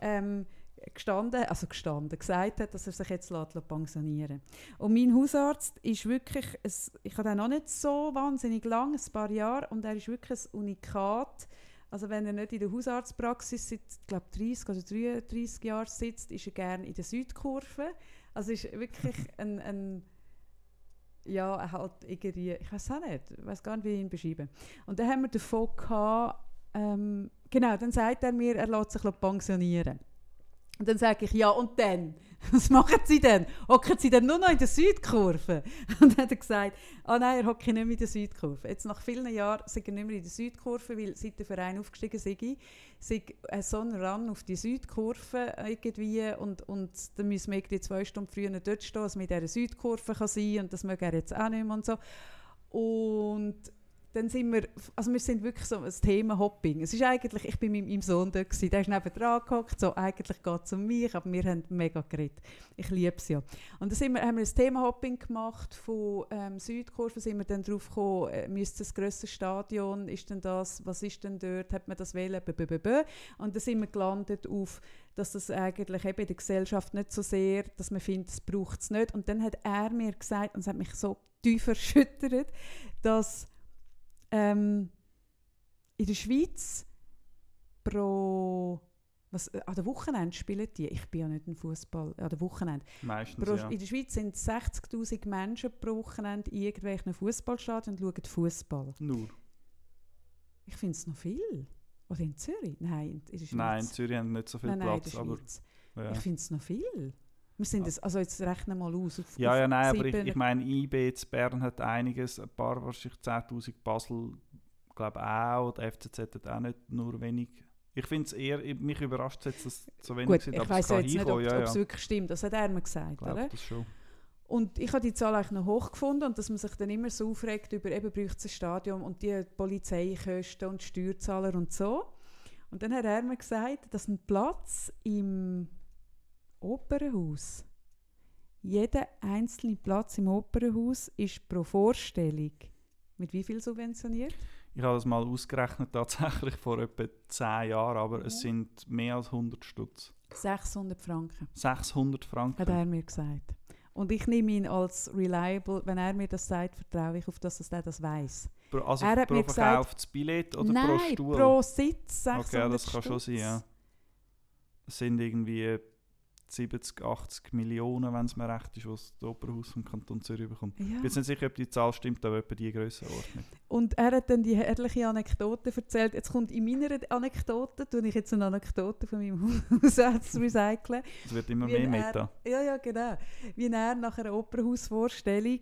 gesagt hat, dass er sich jetzt pensionieren lässt. Und mein Hausarzt ist wirklich, ich habe ihn noch nicht so wahnsinnig lang, ein paar Jahre, und er ist wirklich ein Unikat. Also wenn er nicht in der Hausarztpraxis seit, glaube 30 oder 33 Jahren sitzt, ist er gerne in der Südkurve. Also ist wirklich halt irgendwie, ich weiß auch nicht, ich weiß gar nicht, wie ich ihn beschreiben. Und dann haben wir davon gehabt, dann sagt er mir, er lässt sich pensionieren. Und dann sage ich, ja und dann? Was machen Sie denn? Hocken Sie denn nur noch in der Südkurve? Und dann hat er gesagt, nein, er hockt nicht mehr in der Südkurve. Jetzt nach vielen Jahren sind er nicht mehr in der Südkurve, weil seit der Verein aufgestiegen sei so ein Run auf die Südkurve irgendwie und dann müssen wir irgendwie 2 Stunden früher dort stehen, dass man in dieser Südkurve kann sein kann und das mögen er jetzt auch nicht mehr und so. Und dann sind wir sind wirklich so ein Thema Hopping. Es ist eigentlich, ich bin mit meinem Sohn dort gewesen, der ist nebendran gehockt, so eigentlich geht es um mich, aber wir haben mega geredet. Ich liebe es ja. Und dann haben wir ein Thema Hopping gemacht, von Südkurve sind wir dann drauf gekommen, müsste das grösste Stadion, ist denn das, was ist denn dort, hat man das wählen, und dann sind wir gelandet auf, dass das eigentlich eben in der Gesellschaft nicht so sehr, dass man findet, es braucht es nicht. Und dann hat er mir gesagt, und es hat mich so tief erschüttert, dass in der Schweiz an der Wochenende spielen die, ich bin ja nicht ein Fußball, an der Wochenende. Meistens, ja. In der Schweiz sind 60'000 Menschen pro Wochenende in irgendwelchen Fußballstadien und schauen Fußball. Nur? Ich finde es noch viel. Oder in Zürich? Nein, in der Schweiz. Nein, in Zürich haben nicht so viel Platz. Nein, aber ja. Ich finde es noch viel. Wir sind also jetzt rechnen wir mal aus. Nein, aber ich meine, IB in Bern hat einiges, ein paar wahrscheinlich 10'000, Basel glaube auch, der FCZ hat auch nicht nur wenig. Ich finde es eher, mich überrascht es jetzt, dass es so wenig sind, aber ich weiss jetzt nicht, ob es wirklich stimmt, das hat er mir gesagt. Ich glaube das schon. Und ich habe die Zahl eigentlich noch hoch gefunden und dass man sich dann immer so aufregt über eben braucht es ein Stadion und die Polizeikosten und Steuerzahler und so. Und dann hat er mir gesagt, dass ein Platz im Opernhaus, jeder einzelne Platz im Opernhaus ist pro Vorstellung mit wie viel subventioniert? Ich habe das mal ausgerechnet, tatsächlich vor etwa 10 Jahren, aber es sind mehr als 100 Stutz. 600 Franken. 600 Franken? Hat er mir gesagt. Und ich nehme ihn als reliable, wenn er mir das sagt, vertraue ich auf, dass er das weiss. Also er hat pro mir verkauftes Billett oder nein, pro Stuhl? Nein, pro Sitz 600 Okay, ja, das kann Stutz. schon sein, ja. Es sind irgendwie 70, 80 Millionen, wenn es mir recht ist, was das Opernhaus vom Kanton Zürich bekommt. Ja. Ich bin jetzt nicht sicher, ob die Zahl stimmt, aber etwa die Grössenordnung. Und er hat dann die herrliche Anekdote erzählt. Jetzt kommt in meiner Anekdote, tue ich jetzt eine Anekdote von meinem Hausarzt recyceln. Es wird immer mehr Meta. Ja, genau. Wie er nach einer Opernhausvorstellung,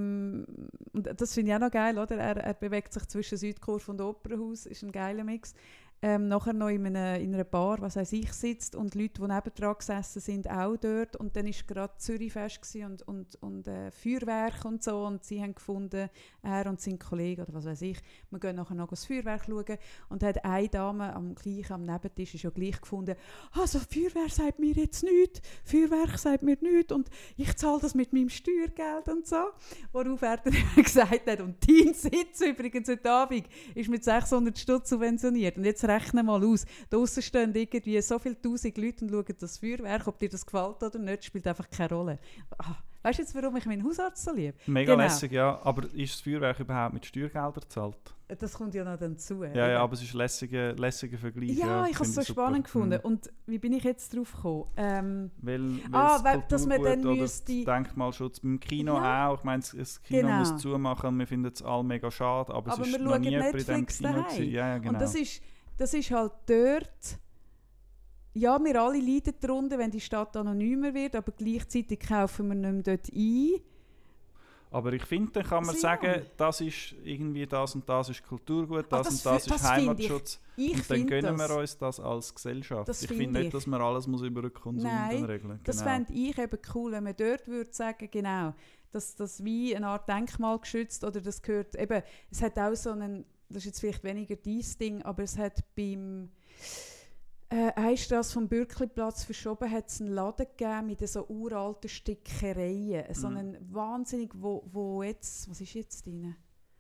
und das finde ich auch noch geil, oder? Er bewegt sich zwischen Südkurve und Opernhaus, ist ein geiler Mix. Nachher noch in einer Bar, was weiß ich, sitzt und Leute, die nebendran gesessen sind, auch dort. Und dann war gerade Zürichfest und Feuerwerk und so. Und sie haben gefunden, er und sein Kollege, oder was weiß ich, wir gehen nachher noch das Feuerwerk schauen. Und hat eine Dame am Nebentisch ist ja gleich gefunden, also Feuerwerk sagt mir jetzt nichts, Feuerwerk sagt mir nichts und ich zahle das mit meinem Steuergeld und so. Worauf er dann gesagt hat, und dein Sitz übrigens heute Abend ist mit 600 Stutz subventioniert. Und jetzt rechne mal aus. Draussen stehen irgendwie so viele 1000 Leute und schauen das Feuerwerk. Ob dir das gefällt oder nicht, spielt einfach keine Rolle. Weißt du jetzt, warum ich meinen Hausarzt so liebe? Mega lässig, ja. Aber ist das Feuerwerk überhaupt mit Steuergeldern gezahlt? Das kommt ja noch dazu. Ja, aber es ist ein lässiger Vergleich. Ja, ich habe es so spannend gefunden. Und wie bin ich jetzt drauf gekommen? Weil dass man dann müsste... Denkmalschutz beim Kino auch. Ich meine, das Kino muss zumachen. Wir finden es alle mega schade. Aber es ist noch nie jemand in diesem Kino gewesen. Ja, genau. Und das ist halt dort... Ja, wir alle leiden darunter, wenn die Stadt anonymer wird, aber gleichzeitig kaufen wir nicht mehr dort ein. Aber ich finde, dann kann man sagen, das ist irgendwie das und das ist Kulturgut, das und das ist Heimatschutz. Und dann gönnen wir uns das als Gesellschaft. Ich finde nicht, dass man alles muss über den Konsum regeln muss. Das fände ich eben cool, wenn man dort würde sagen, genau, dass das wie eine Art Denkmal geschützt oder das gehört, eben, es hat auch so einen, das ist jetzt vielleicht weniger dieses Ding, aber es hat beim eine Strasse vom Bürkliplatz verschoben, hat es einen Laden gegeben mit so uralten Stickereien. So einen wahnsinnig, wo jetzt, was ist jetzt drin?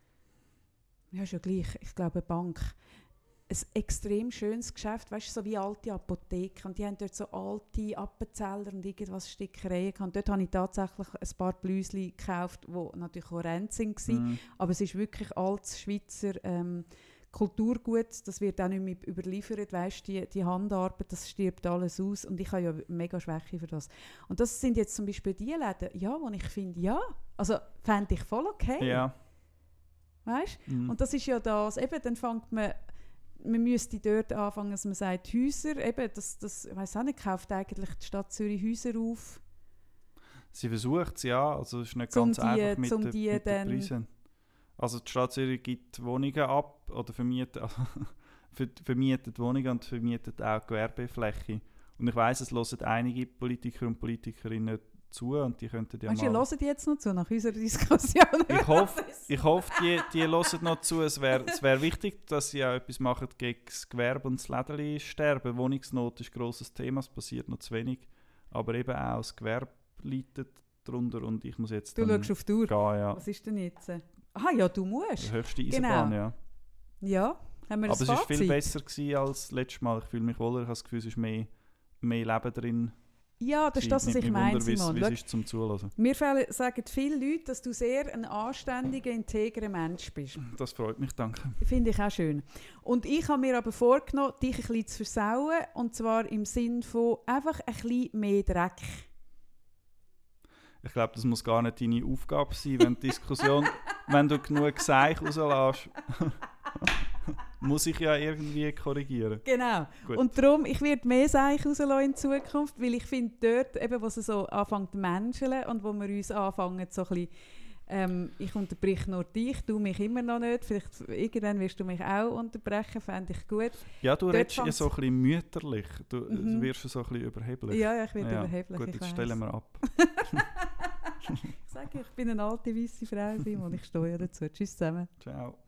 Ja, ist ja gleich, ich glaube eine Bank. Ein extrem schönes Geschäft, weißt du, so wie alte Apotheken. Und die haben dort so alte Appenzeller und irgendwas Stickereien gehabt. Dort habe ich tatsächlich ein paar Blüsli gekauft, die natürlich auch Renzing waren. Aber es ist wirklich altes Schweizer Kulturgut, das wird auch nicht mehr überliefert, weißt, die Handarbeit, das stirbt alles aus und ich habe ja mega Schwäche für das. Und das sind jetzt zum Beispiel die Läden, ja, wo ich finde, ja, also fände ich voll okay. Ja. Weißt? Und das ist ja das, eben, dann fängt man man müsste dort anfangen, dass man sagt, Häuser, eben, ich weiss auch nicht, kauft eigentlich die Stadt Zürich Häuser auf? Sie versucht es, ja. Also es ist nicht ganz einfach mit den Preisen. Also die Stadt Zürich gibt Wohnungen ab oder vermietet Wohnungen und vermietet auch Gewerbefläche. Und ich weiss, es hören einige Politiker und Politikerinnen zu und die könnten ja mal... Hören die jetzt noch zu, nach unserer Diskussion? Ich hoffe, die hören noch zu. Es wär wichtig, dass sie auch etwas machen gegen das Gewerbe und das Lädeli-Sterben. Wohnungsnot ist ein grosses Thema, es passiert noch zu wenig. Aber eben auch das Gewerbe leidet darunter und ich muss jetzt Du schaust auf die Uhr. Gehen, ja. Was ist denn jetzt? Ah ja, du musst. Die höchste Eisenbahn, genau. Ja. Ja, haben wir aber es war Fazit? viel besser gewesen als letztes Mal. Ich fühle mich wohler, ich habe das Gefühl, es ist mehr Leben drin. Ja, das ist das, was ich meine, Simon. Wie es ist zum Zuhören. Mir sagen viele Leute, dass du sehr ein anständiger, integrer Mensch bist. Das freut mich, danke. Finde ich auch schön. Und ich habe mir aber vorgenommen, dich ein bisschen zu versauen. Und zwar im Sinn von einfach ein bisschen mehr Dreck. Ich glaube, das muss gar nicht deine Aufgabe sein, wenn die Diskussion, wenn du genug Seich rauslässt, muss ich ja irgendwie korrigieren. Genau. Gut. Und darum, ich werde mehr Seich rauslassen in Zukunft, weil ich finde, dort, eben, wo es so anfängt zu menscheln und wo wir uns anfangen, so ein bisschen, ich unterbreche nur dich, du mich immer noch nicht, vielleicht irgendwann wirst du mich auch unterbrechen, fände ich gut. Ja, du redest ja so ein bisschen mütterlich, du wirst so ein bisschen überheblich. Ja, ich werde überheblich. Gut, jetzt stellen wir ab. Ich sage, ich bin eine alte, weisse Frau, Simon, ich stehe ja dazu. Tschüss zusammen. Ciao.